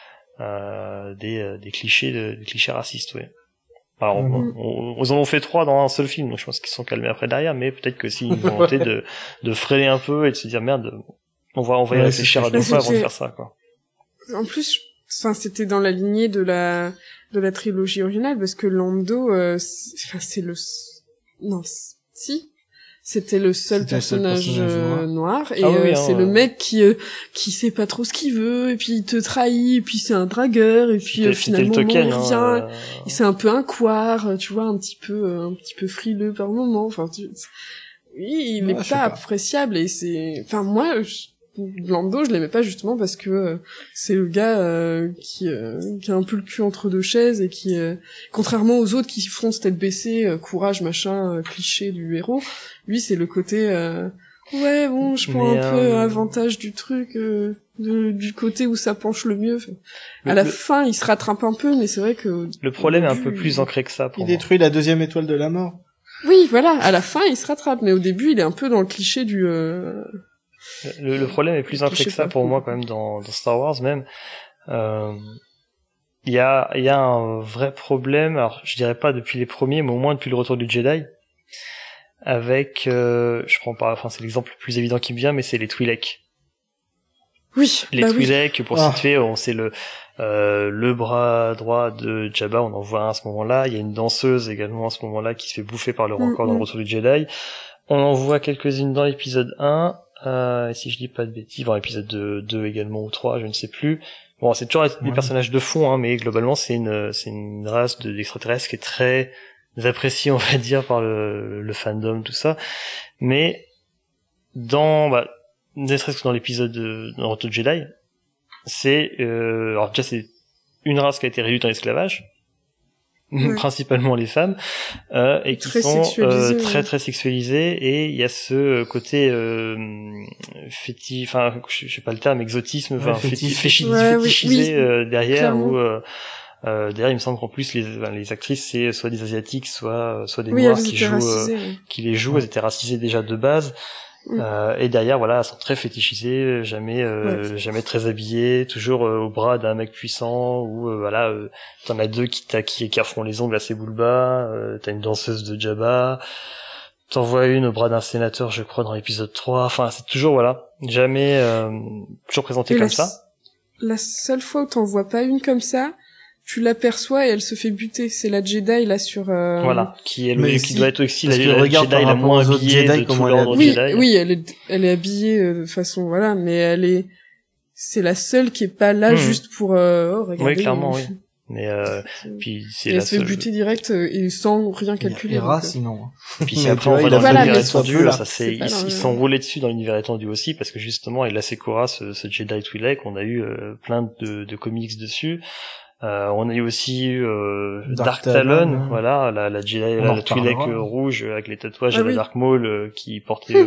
clichés racistes, ouais. Alors, ils en ont fait 3 dans un seul film, donc je pense qu'ils se sont calmés après derrière, mais peut-être que s'ils ont volonté de freiner un peu et de se dire merde. On va y réfléchir à 2 fois avant de faire ça, quoi. En plus, c'était dans la lignée de la trilogie originale, parce que Lando, c'était le seul personnage noir, et c'est le mec qui sait pas trop ce qu'il veut, et puis il te trahit, et puis c'est un dragueur, et puis finalement il revient, et c'est un peu un couard, tu vois, un petit peu frileux par moment, oui, il est pas appréciable, et moi, Lando, je l'aimais pas justement parce que c'est le gars qui a un peu le cul entre 2 chaises et qui, contrairement aux autres qui foncent tête baissée, courage machin, cliché du héros, lui c'est le côté je prends un peu avantage du truc, du côté où ça penche le mieux. À la fin, il se rattrape un peu, mais c'est vrai que le problème est un peu plus ancré que ça. Il détruit la 2e étoile de la mort. Oui, voilà. À la fin, il se rattrape, mais au début, il est un peu dans le cliché du. Le problème est plus ancré que ça pour moi quand même dans Star Wars même. Il y a un vrai problème, alors je dirais pas depuis les premiers, mais au moins depuis le retour du Jedi, avec c'est l'exemple le plus évident qui me vient, mais c'est les Twi'lek. Oui. Les Twi'lek, pour situer, c'est le bras droit de Jabba, on en voit un à ce moment-là. Il y a une danseuse également à ce moment-là qui se fait bouffer par le rancor dans le retour du Jedi. On en voit quelques-unes dans l'épisode 1. Si je dis pas de bêtises, dans l'épisode 2 également ou 3, je ne sais plus. Bon, c'est toujours des personnages de fond, mais globalement c'est une race d'extraterrestres qui est très appréciée, on va dire, par le fandom, tout ça. Mais ne serait-ce que dans l'épisode dans Retour de Jedi, c'est alors déjà c'est une race qui a été réduite en esclavage. principalement les femmes, et qui très sont sexualisées, très sexualisées, et il y a ce côté enfin je sais pas le terme, exotisme, enfin fétichisé derrière, clairement. où derrière il me semble qu'en plus les actrices c'est soit des asiatiques, soit des noirs qui les jouent, elles étaient racisées déjà de base. Et derrière, voilà, elles sont très fétichisées, jamais très habillées, toujours au bras d'un mec puissant, ou voilà, t'en as deux qui affrontent les ongles à ses boules bas, t'as une danseuse de Jabba, t'en vois une au bras d'un sénateur, je crois, dans l'épisode 3, enfin, c'est toujours, voilà, jamais, toujours présenté comme ça. La seule fois où t'en vois pas une comme ça, tu l'aperçois et elle se fait buter. C'est la Jedi, là, sur... Voilà, qui doit être aussi la Jedi la moins habillée de tout l'ordre Jedi. Oui, elle est habillée de façon, voilà, mais c'est la seule qui est pas là juste pour, regarder. Oui, clairement, oui. Mais, puis c'est elle se fait buter direct, et sans rien calculer. Sinon. Puis c'est après, on va dans l'univers étendu, ils sont roulés dessus dans l'univers étendu aussi, parce que justement, et là, Sekura, ce Jedi Twi'lek, on a eu plein de comics dessus. On a eu aussi Dark Talon, voilà, la Jedi, la Twi'lek rouge avec les tatouages et la Dark Maul qui portait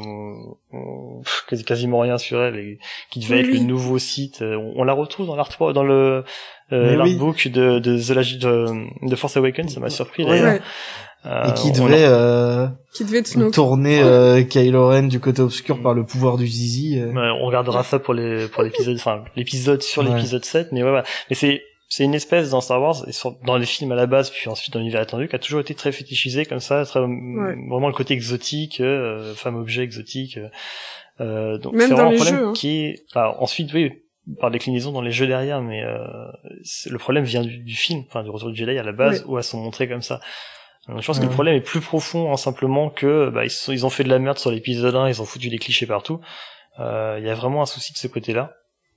quasiment rien sur elle, et qui devait être le nouveau Sith. On la retrouve dans l'art, dans le l'artbook de Force Awakens, ça m'a surpris d'ailleurs. Et qui devait tourner Kylo Ren du côté obscur par le pouvoir du Zizi. On regardera ça pour l'épisode, enfin l'épisode sur l'épisode 7, mais voilà. Mais c'est une espèce dans Star Wars, et dans les films à la base, puis ensuite dans l'univers étendu, qui a toujours été très fétichisé comme ça, vraiment le côté exotique, femme-objet exotique. Donc même c'est dans vraiment les un problème jeux, ensuite, oui, par déclinaison dans les jeux derrière, mais le problème vient du film, enfin du Retour du Jedi à la base, où elles sont montrées comme ça. Donc, je pense que le problème est plus profond, simplement que ils ont fait de la merde sur l'épisode 1, ils ont foutu des clichés partout. Il y a vraiment un souci de ce côté-là,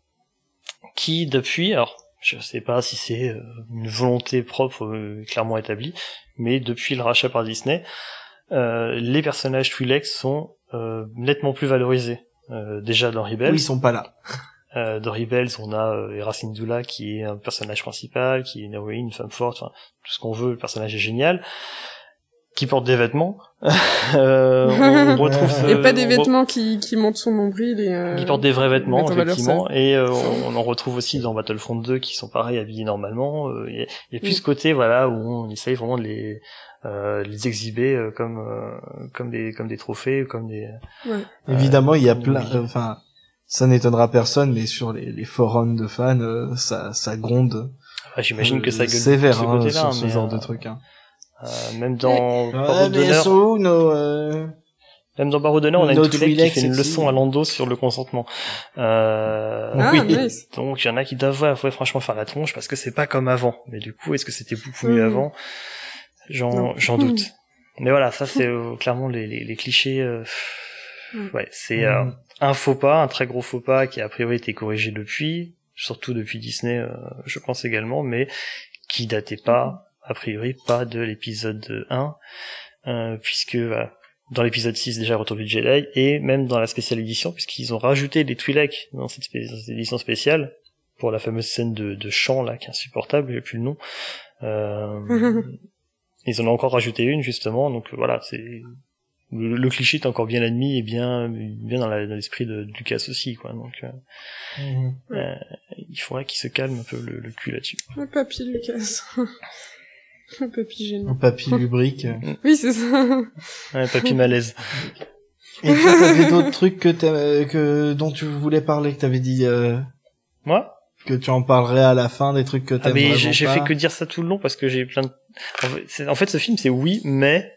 qui depuis, alors je sais pas si c'est une volonté propre clairement établie, mais depuis le rachat par Disney, les personnages Twi'lek sont nettement plus valorisés. Déjà dans Rebels. Oui, ils sont pas là. Dans Rebels, on a Hera Syndulla qui est un personnage principal, qui est une héroïne, une femme forte, enfin tout ce qu'on veut, le personnage est génial, qui porte des vêtements. On retrouve et pas des vêtements qui montent son nombril et qui portent des vrais vêtements effectivement, et on en retrouve aussi dans Battlefront 2 qui sont pareils, habillés normalement. Il y a plus ce côté, voilà, où on essaye vraiment de les exhiber comme des trophées, comme des évidemment il y a plein, enfin ça n'étonnera personne, mais sur les forums de fans, ça gronde. J'imagine que ça gueule sévère sur ce genre de truc. Même dans Barreau d'honneur, même dans Barreau d'honneur, on a une Twi'lek qui fait une leçon à Lando sur le consentement. Nice. Donc il y en a qui doivent franchement faire la tronche, parce que c'est pas comme avant. Mais du coup, est-ce que c'était beaucoup mieux avant? J'en doute. Mais voilà, ça c'est clairement les clichés. C'est un faux pas, un très gros faux pas qui a priori été corrigé depuis, surtout depuis Disney, je pense également, mais qui datait pas, a priori pas de l'épisode 1, puisque dans l'épisode 6 déjà Retour du Jedi, et même dans la spéciale édition, puisqu'ils ont rajouté des Twi'lek dans cette édition spéciale, pour la fameuse scène de chant là, qui est insupportable, j'ai plus le nom. Ils en ont encore rajouté une justement, donc voilà, c'est le cliché est encore bien admis et bien dans l'esprit de Lucas aussi, quoi. Donc il faudrait qu'il se calme un peu le cul là-dessus. Le papy Lucas. Le papy gênant. Le papy lubrique. Oui, c'est ça. Papy malaise. Et toi, t'avais d'autres trucs dont tu voulais parler, que t'avais dit Moi que tu en parlerais à la fin, des trucs que t'aimes vraiment pas. J'ai fait que dire ça tout le long parce que j'ai plein de... En fait, ce film, c'est oui, mais...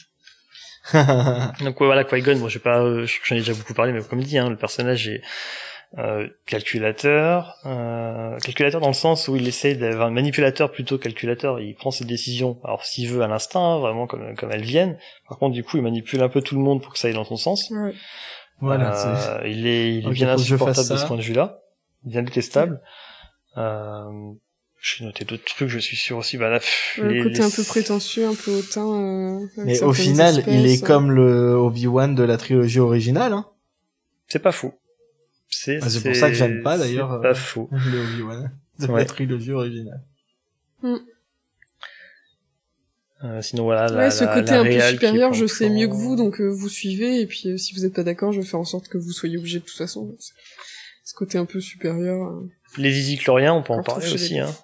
Donc voilà, Qui-Gon, bon, j'en ai déjà beaucoup parlé, mais comme dit, le personnage est calculateur dans le sens où il essaie d'avoir un manipulateur plutôt calculateur. Il prend ses décisions, alors s'il veut à l'instinct, vraiment comme elles viennent. Par contre, du coup, il manipule un peu tout le monde pour que ça aille dans son sens. Ouais. Voilà. Il est bien insupportable de ce point de vue-là, bien détestable. J'ai noté d'autres trucs, je suis sûr aussi. Le côté un peu prétentieux, un peu hautain. Mais au final, il est comme le Obi-Wan de la trilogie originale. Hein. C'est pas faux. C'est pour ça que j'aime pas d'ailleurs. C'est pas faux. Le Obi-Wan de la trilogie originale. Sinon voilà, ce côté la un peu réal supérieur, qui est je pas sais mieux que encore- vous, donc vous suivez, et puis si vous êtes pas d'accord, je vais faire en sorte que vous soyez obligés de toute façon. Ce côté un peu supérieur. Les Zizichloriens, on peut en On parler retrouve chez aussi, les- hein.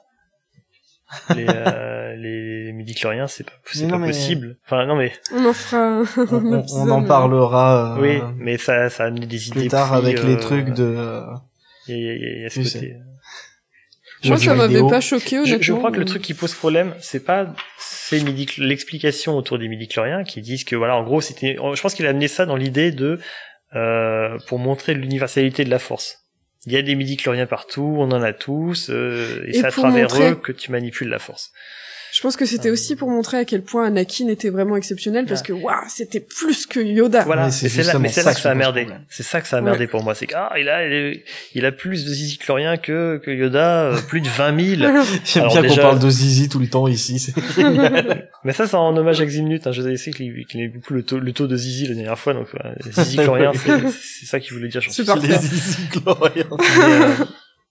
Les midichloriens, c'est pas Non, mais- possible. Enfin, non, mais, On en fera un On épisode, en parlera oui, mais ça a amené des idées plus tard avec les trucs de il y a ce tu sais. côté. Moi, jeux ça m'avait vidéo. pas choqué, honnêtement. Je crois que le truc qui pose problème, c'est l'explication autour des midichloriens qui disent que voilà, en gros, je pense qu'il a amené ça dans l'idée de, pour montrer l'universalité de la force. Il y a des midichloriens partout, on en a tous, et c'est à pour travers montrer- eux que tu manipules la force. Je pense que c'était aussi pour montrer à quel point Anakin était vraiment exceptionnel, parce que, waouh, c'était plus que Yoda. Voilà, Mais c'est mais c'est là justement que ça ça a qui pose merdé. problème. C'est ça que ça a merdé pour moi. C'est que, il a plus de zizichloriens que Yoda, plus de 20 000. J'aime Alors bien déjà- qu'on parle de Zizi tout le temps ici. c'est- Mais ça, c'est en hommage à Ximnut, hein. Je sais qu'il aimait beaucoup le taux de Zizi la dernière fois, donc, zizichloriens, c'est ça qu'il voulait dire, je pense. C'est parfait. Les Zizi Chloriens. Mais,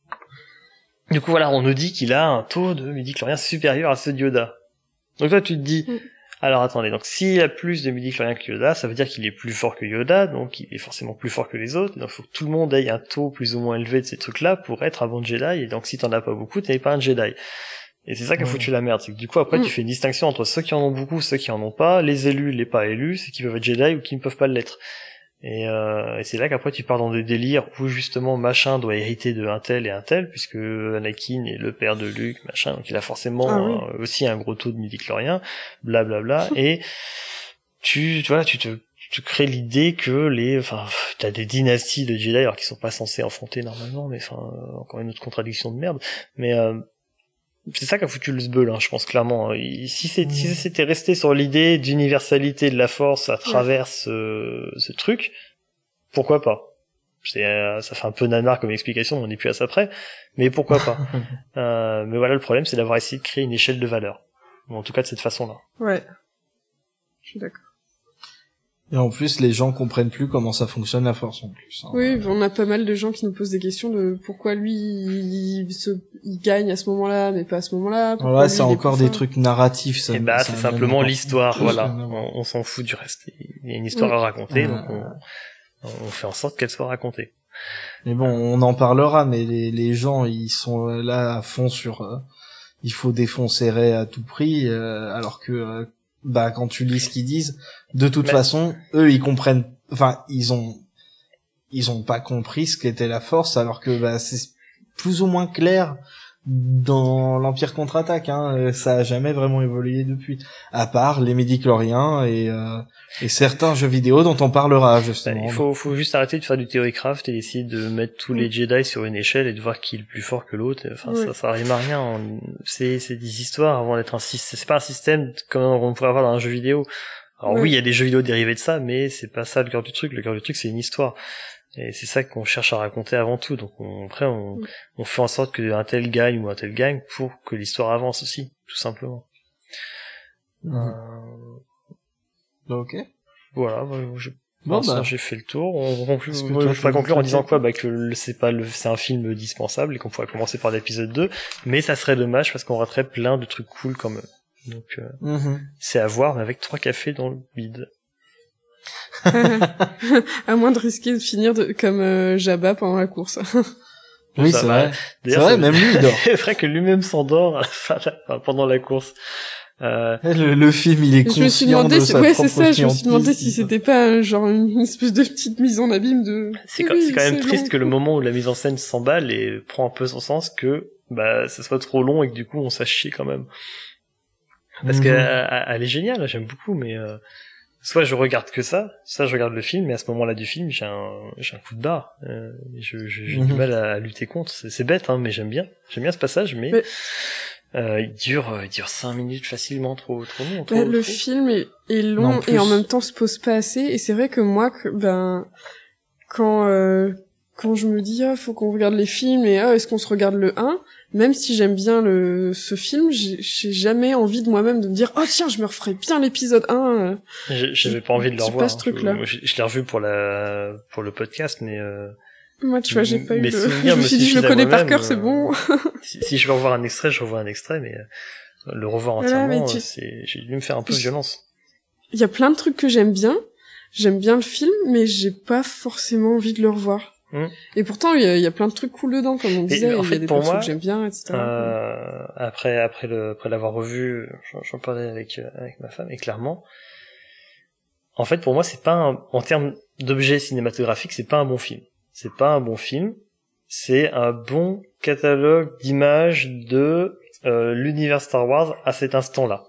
du coup, voilà, on nous dit qu'il a un taux de midichloriens supérieur à ceux de Yoda. Donc toi, tu te dis, alors attendez, donc s'il a plus de midichloriens que Yoda, ça veut dire qu'il est plus fort que Yoda, donc il est forcément plus fort que les autres, donc il faut que tout le monde ait un taux plus ou moins élevé de ces trucs-là pour être un bon Jedi, et donc si t'en as pas beaucoup, t'es pas un Jedi. Et c'est ça qui a foutu la merde, c'est que du coup après tu fais une distinction entre ceux qui en ont beaucoup, ceux qui en ont pas, les élus, les pas élus, ceux qui peuvent être Jedi ou qui ne peuvent pas l'être. Et c'est là qu'après tu pars dans des délires où justement machin doit hériter de un tel et un tel, puisque Anakin est le père de Luke, machin, donc il a forcément aussi un gros taux de midichloriens, blablabla, et tu crées l'idée que t'as des dynasties de Jedi alors qu'ils sont pas censés affronter normalement, mais encore une autre contradiction de merde, mais c'est ça qui a foutu le sbeul, hein, je pense clairement. Si c'était resté sur l'idée d'universalité de la force à travers ce truc, pourquoi pas? Ça fait un peu nanar comme explication, on n'est plus à ça près, mais pourquoi pas? Mais voilà, le problème, c'est d'avoir essayé de créer une échelle de valeur. Ou en tout cas de cette façon-là. Ouais. Je suis d'accord. Et en plus, les gens comprennent plus comment ça fonctionne la force en plus. Hein. Oui, on a pas mal de gens qui nous posent des questions de pourquoi lui, il gagne à ce moment-là, mais pas à ce moment-là. Voilà, c'est encore des trucs narratifs. Ça, Et bah, ça c'est n'a simplement même l'histoire, pas- voilà. Non. On s'en fout du reste. Il y a une histoire à raconter, donc on fait en sorte qu'elle soit racontée. Mais bon, on en parlera, mais les gens, ils sont là à fond sur il faut défoncer Rey à tout prix, alors que quand tu lis ce qu'ils disent, de toute façon, eux, ils comprennent, enfin, ils ont pas compris ce qu'était la force, alors que c'est plus ou moins clair dans l'Empire contre-attaque, hein. Ça a jamais vraiment évolué depuis, à part les midichloriens et certains jeux vidéo dont on parlera justement. Il faut juste arrêter de faire du theorycraft et d'essayer de mettre tous les Jedi sur une échelle et de voir qui est le plus fort que l'autre. Enfin, ça rime à rien. C'est des histoires avant d'être un système. C'est pas un système comme on pourrait avoir dans un jeu vidéo. Alors oui, il y a des jeux vidéo dérivés de ça, mais c'est pas ça le cœur du truc. Le cœur du truc, c'est une histoire. Et c'est ça qu'on cherche à raconter avant tout. Donc après, on fait en sorte que un tel gagne ou un tel gagne pour que l'histoire avance aussi, tout simplement. Ok. Voilà, j'ai fait le tour. On conclut, Est-ce que je toi, vais conclure en tu disant quoi? Que c'est un film dispensable et qu'on pourrait commencer par l'épisode 2, mais ça serait dommage parce qu'on raterait plein de trucs cool comme eux. Donc, c'est à voir, mais avec 3 cafés dans le bide. À moins de risquer de finir comme Jabba pendant la course. Oui, Ça c'est va. vrai. C'est D'ailleurs, vrai, même lui, il dort. C'est vrai que lui-même s'endort à la fin, pendant la course. Le film, il est Je me suis conscient demandé, de sa c'est propre ça, je me suis demandé chiantise. si c'était pas une espèce de petite mise en abîme de... C'est quand même triste que le moment où la mise en scène s'emballe et prend un peu son sens que, ça soit trop long et que du coup, on sache chier quand même. Parce que, elle est géniale, j'aime beaucoup, mais, soit je regarde que ça, soit je regarde le film, mais à ce moment-là du film, j'ai un coup de barre. J'ai du mal à lutter contre. C'est bête, hein, mais j'aime bien ce passage, mais il dure 5 minutes facilement, trop long. Le film est long Non, et en même temps se pose pas assez, et c'est vrai que moi, quand je me dis, faut qu'on regarde les films, et est-ce qu'on se regarde le 1, même si j'aime bien ce film, j'ai jamais envie de moi-même de me dire, tiens, je me referai bien l'épisode 1. J'avais pas envie de le revoir. Pas ce truc-là. Je l'ai revu pour le podcast, mais moi, tu vois, j'ai pas eu mes le... souvenirs Je me suis dit, je le suffisent à connais par moi-même, cœur, c'est bon. si je veux revoir un extrait, je revois un extrait, mais Le revoir Voilà, entièrement, mais j'ai dû me faire un peu violence. Il y a plein de trucs que j'aime bien. J'aime bien le film, mais j'ai pas forcément envie de le revoir. Et pourtant, il y a plein de trucs cool dedans, comme on disait. En fait, il y a des pour persos moi, que j'aime bien, etc. Après l'avoir revu, j'en parlais avec ma femme, et clairement, en fait, pour moi, c'est pas en termes d'objet cinématographique, c'est pas un bon film. C'est pas un bon film. C'est un bon catalogue d'images de l'univers Star Wars à cet instant-là.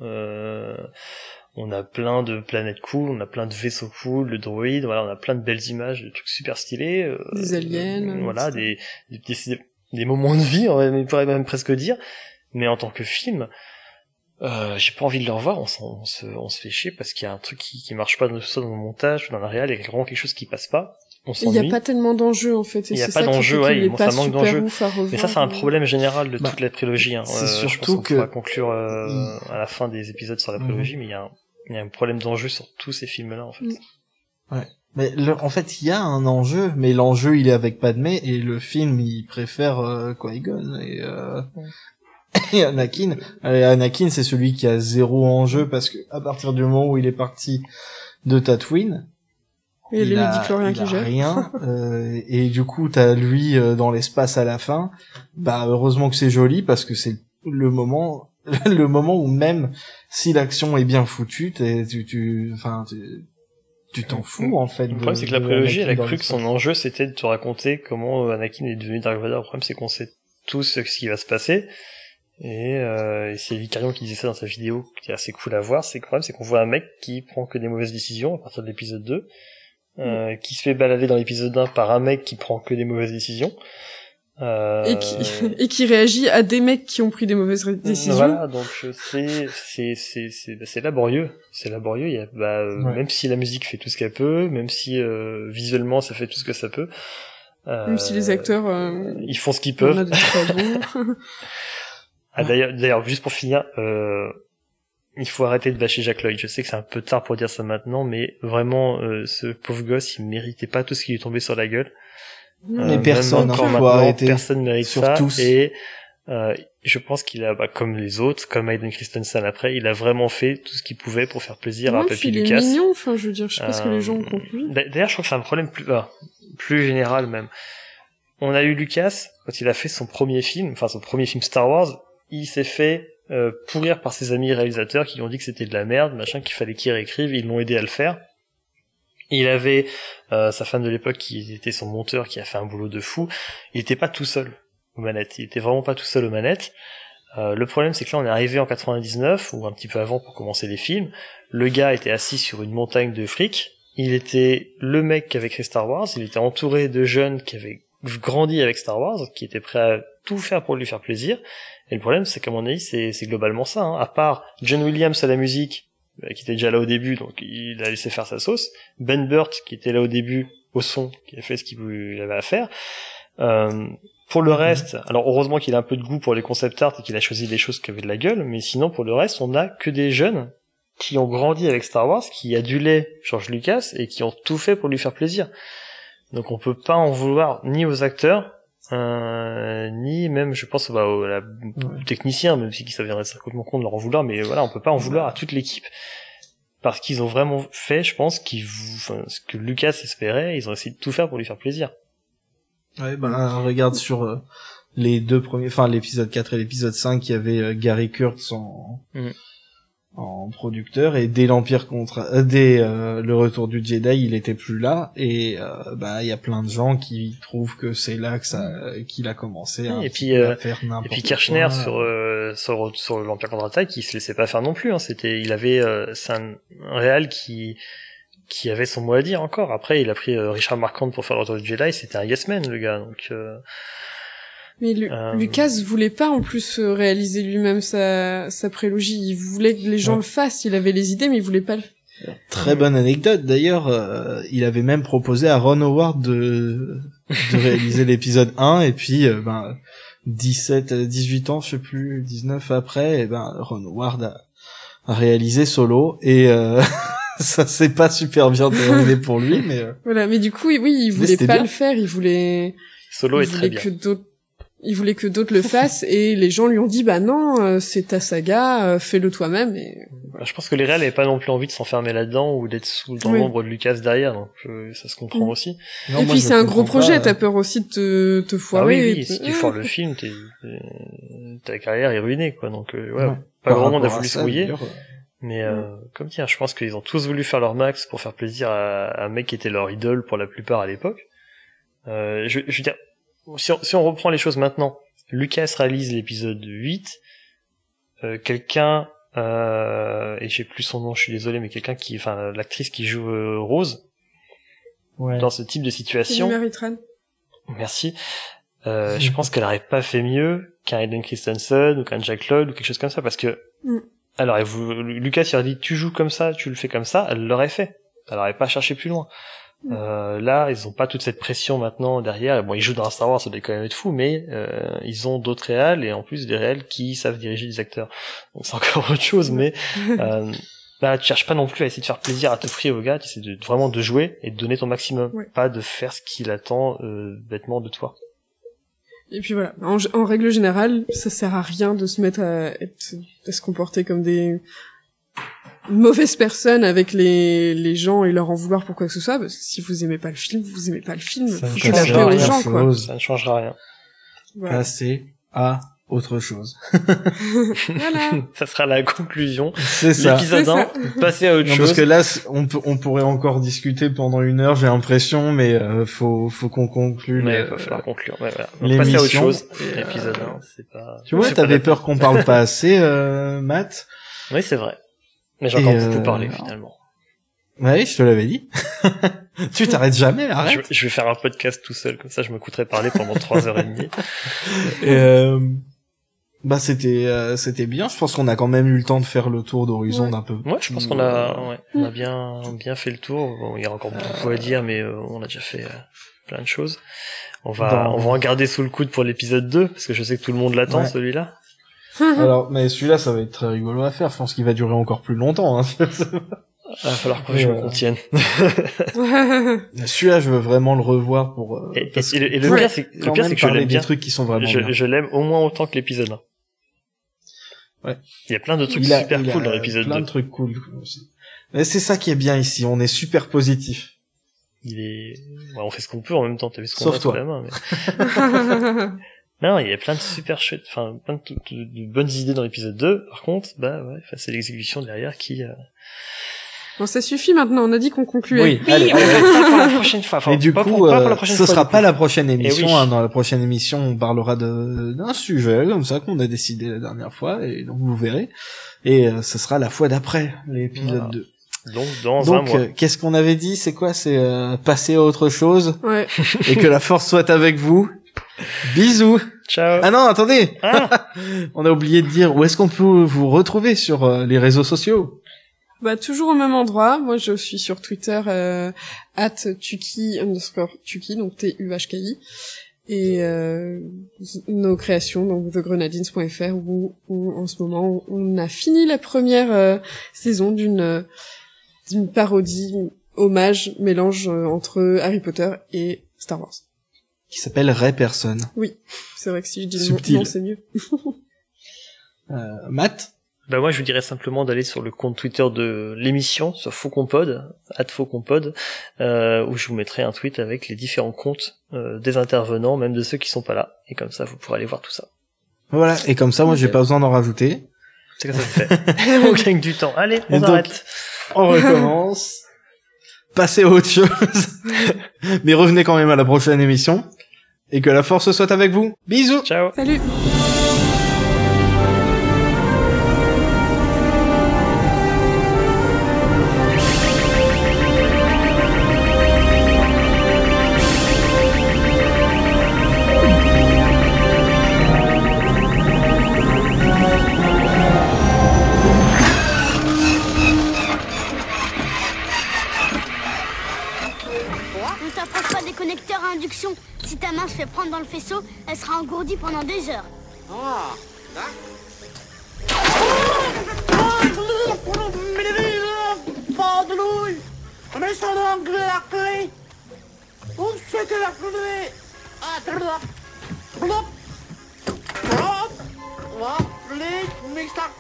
On a plein de planètes cool, on a plein de vaisseaux cool, de droïdes, voilà, on a plein de belles images, de trucs super stylés. Des aliens. Voilà, des moments de vie, on pourrait même presque dire. Mais en tant que film, j'ai pas envie de le revoir, on se fait chier parce qu'il y a un truc qui marche pas, soit dans le montage, ou dans la réal, il y a vraiment quelque chose qui passe pas. Il y a pas tellement d'enjeux, en fait. Il y a pas d'enjeux, ça manque d'enjeux. Mais ça, c'est un problème général de toute la trilogie, hein. C'est surtout je pense qu'on pourra conclure, à la fin des épisodes sur la trilogie, mais il y a un problème d'enjeu sur tous ces films-là, en fait. Ouais. Mais en fait, il y a un enjeu, mais l'enjeu, il est avec Padmé, et le film, il préfère Qui-Gon et Anakin. Anakin, c'est celui qui a zéro enjeu, parce que à partir du moment où il est parti de Tatooine, et les midi-chloriens qui gèrent. Rien, et du coup, t'as lui dans l'espace à la fin. Bah, heureusement que c'est joli, parce que c'est le moment où même si l'action est bien foutue, tu t'en fous, en fait. Le problème, c'est que la prélogie, elle a cru que son enjeu, c'était de te raconter comment Anakin est devenu Dark Vador. Le problème, c'est qu'on sait tous ce qui va se passer. Et c'est Vicarion qui disait ça dans sa vidéo, qui est assez cool à voir. C'est que le problème, c'est qu'on voit un mec qui prend que des mauvaises décisions à partir de l'épisode 2, qui se fait balader dans l'épisode 1 par un mec qui prend que des mauvaises décisions. Et qui réagit à des mecs qui ont pris des mauvaises décisions. Voilà, donc c'est laborieux. C'est laborieux. Il y a, même si la musique fait tout ce qu'elle peut, même si visuellement ça fait tout ce que ça peut, même si les acteurs ils font ce qu'ils peuvent. On a de très bons. D'ailleurs, juste pour finir, il faut arrêter de bâcher Jack Lloyd. Je sais que c'est un peu tard pour dire ça maintenant, mais vraiment, ce pauvre gosse, il méritait pas tout ce qui lui est tombé sur la gueule. Mais personne, personne mérite ça. Tous. Et je pense qu'il a, comme les autres, comme Hayden Christensen après, il a vraiment fait tout ce qu'il pouvait pour faire plaisir à Papy Lucas. Il est mignon, enfin, je veux dire, je sais pas ce que les gens ont conclu. D'ailleurs, je crois que c'est un problème plus général même. On a eu Lucas, quand il a fait son premier film Star Wars, il s'est fait pourrir par ses amis réalisateurs qui lui ont dit que c'était de la merde, machin, qu'il fallait qu'il réécrive, ils l'ont aidé à le faire. Il avait sa femme de l'époque qui était son monteur, qui a fait un boulot de fou. Il était pas tout seul aux manettes. Il était vraiment pas tout seul aux manettes. Le problème, c'est que là, on est arrivé en 99, ou un petit peu avant pour commencer les films. Le gars était assis sur une montagne de fric. Il était le mec qui avait créé Star Wars. Il était entouré de jeunes qui avaient grandi avec Star Wars, qui étaient prêts à tout faire pour lui faire plaisir. Et le problème, c'est qu'à mon avis, c'est globalement ça, hein. À part John Williams à la musique, qui était déjà là au début, donc il a laissé faire sa sauce. Ben Burt, qui était là au début, au son, qui a fait ce qu'il avait à faire. Pour le reste, alors heureusement qu'il a un peu de goût pour les concept art et qu'il a choisi des choses qui avaient de la gueule, mais sinon, pour le reste, on a que des jeunes qui ont grandi avec Star Wars, qui adulaient George Lucas et qui ont tout fait pour lui faire plaisir. Donc on peut pas en vouloir ni aux acteurs, ni même, je pense, aux techniciens, même si ça viendrait certainement con de leur en vouloir, mais voilà, on peut pas en vouloir à toute l'équipe. Parce qu'ils ont vraiment fait, je pense, ce que Lucas espérait, ils ont essayé de tout faire pour lui faire plaisir. Ouais, regarde sur les deux premiers, l'épisode 4 et l'épisode 5, il y avait Gary Kurtz en producteur, et dès le retour du Jedi, il était plus là, et il y a plein de gens qui trouvent que c'est là qu'il a commencé à faire n'importe quoi. Et puis Kirchner sur l'Empire contre-attaque, il se laissait pas faire non plus, hein. C'est un réal qui avait son mot à dire encore. Après, il a pris Richard Marquand pour faire le retour du Jedi, c'était un yes man, le gars, donc mais Lucas voulait pas en plus réaliser lui-même sa prélogie. Il voulait que les gens le fassent. Il avait les idées, mais il voulait pas le faire. Très bonne anecdote. D'ailleurs, il avait même proposé à Ron Howard de réaliser l'épisode 1, et puis 18 ans, je sais plus, 19 après, Ron Howard a réalisé Solo, et ça s'est pas super bien terminé pour lui, mais voilà. Mais du coup, oui, il voulait pas le faire. Il voulait Solo est très bien. il voulait que d'autres le fassent et les gens lui ont dit bah non, c'est ta saga, fais-le toi-même. Et je pense que les réals n'avaient pas non plus envie de s'enfermer là-dedans ou d'être dans l'ombre de Lucas derrière, donc ça se comprend aussi. Non, et puis c'est un gros projet, t'as peur aussi de te foirer. Ah oui, si tu foires le film, ta carrière est ruinée, quoi. Donc pas grand monde a voulu se mouiller. Mais comme dire, je pense qu'ils ont tous voulu faire leur max pour faire plaisir à un mec qui était leur idole pour la plupart à l'époque. Je veux dire, si on reprend les choses maintenant, Lucas réalise l'épisode 8, quelqu'un, et j'ai plus son nom, je suis désolé, mais l'actrice qui joue Rose, dans ce type de situation. Merci. Je pense qu'elle aurait pas fait mieux qu'un Hayden Christensen ou qu'un Jack Lloyd ou quelque chose comme ça, parce que, alors, Lucas, il aurait dit, tu joues comme ça, tu le fais comme ça, elle l'aurait fait. Elle aurait pas cherché plus loin. Là, ils ont pas toute cette pression maintenant derrière. Bon, ils jouent dans un Star Wars, ça doit quand même être fou, mais ils ont d'autres réals et en plus des réals qui savent diriger des acteurs. Donc c'est encore autre chose, mais tu cherches pas non plus à essayer de faire plaisir à Topri au gars, tu essaies vraiment de jouer et de donner ton maximum, pas de faire ce qu'il attend bêtement de toi. Et puis voilà, en règle générale, ça sert à rien de se mettre à se comporter comme des mauvaises personnes avec les gens et leur en vouloir pour quoi que ce soit, parce que si vous aimez pas le film, vous aimez pas le film, foutez la paix aux gens, quoi. Ça ne changera rien. Voilà. Passer à autre chose. Voilà. Ça sera la conclusion. C'est ça. L'épisode 1, passer à autre chose. Parce que là, on pourrait encore discuter pendant 1 heure, j'ai l'impression, mais faut qu'on conclue. Mais il va falloir conclure. Ouais, voilà. Donc, passer à autre chose. L'épisode 1, c'est pas... Tu vois, t'avais peur qu'on parle pas assez, Matt. Oui, c'est vrai. Mais j'ai encore beaucoup parlé, finalement. Ouais, je te l'avais dit. Tu t'arrêtes jamais, arrête. Je vais faire un podcast tout seul, comme ça je m'écouterai parler pendant 3h30. C'était bien. Je pense qu'on a quand même eu le temps de faire le tour d'horizon d'un peu. Ouais, je pense qu'on a bien fait le tour. Bon, il y a encore beaucoup à dire, mais on a déjà fait plein de choses. On va en garder sous le coude pour l'épisode 2, parce que je sais que tout le monde l'attend, celui-là. Alors, mais celui-là, ça va être très rigolo à faire. Je pense qu'il va durer encore plus longtemps. Hein. Il va falloir que je me contienne. Celui-là, je veux vraiment le revoir pour. Et le pire, c'est que je l'aime bien. Des trucs qui sont vraiment bien. Je l'aime au moins autant que l'épisode 1. Ouais. Il y a plein de trucs super cool dans l'épisode 2. Plein de trucs cool aussi. Mais c'est ça qui est bien ici. On est super positif. On fait ce qu'on peut en même temps. T'as vu ce qu'on a sous la main. Mais... Non, il y a plein de super chouettes, plein de bonnes idées dans l'épisode 2. Par contre, c'est l'exécution derrière qui... Bon, ça suffit maintenant, on a dit qu'on concluait. Oui, allez, on va faire ça pour la prochaine fois. Et du coup, ce sera pas la prochaine émission. Hein. Dans la prochaine émission, on parlera d'un sujet comme ça qu'on a décidé la dernière fois, et donc vous verrez. Et ce sera la fois d'après, l'épisode 2. Donc, dans un mois. Qu'est-ce qu'on avait dit? C'est quoi? C'est passer à autre chose. Ouais. Et que la force soit avec vous. Bisous. Ciao. Ah non, attendez. On a oublié de dire où est-ce qu'on peut vous retrouver sur les réseaux sociaux. Toujours au même endroit. Moi, je suis sur Twitter @tuki_tuki, donc TUHKI, et nos créations, donc thegrenadines.fr, où en ce moment on a fini la première saison d'une parodie, hommage, mélange entre Harry Potter et Star Wars. Qui s'appelle Ray Person. Oui, c'est vrai que si je dis Subtil. le nom, c'est mieux. Matt? Moi, je vous dirais simplement d'aller sur le compte Twitter de l'émission, sur Fauconpod, @Fauconpod, où je vous mettrai un tweet avec les différents comptes des intervenants, même de ceux qui sont pas là. Et comme ça, vous pourrez aller voir tout ça. Voilà, et comme ça, moi, j'ai pas besoin d'en rajouter. C'est comme ça que c'est fait. On gagne du temps. Allez, on arrête. On recommence. Passez à autre chose. Mais revenez quand même à la prochaine émission. Et que la force soit avec vous. Bisous. Ciao. Salut. Si ta main se fait prendre dans le faisceau, elle sera engourdie pendant des heures. Oh,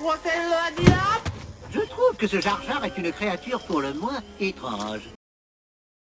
Je trouve que ce Jar Jar est une créature pour le moins étrange.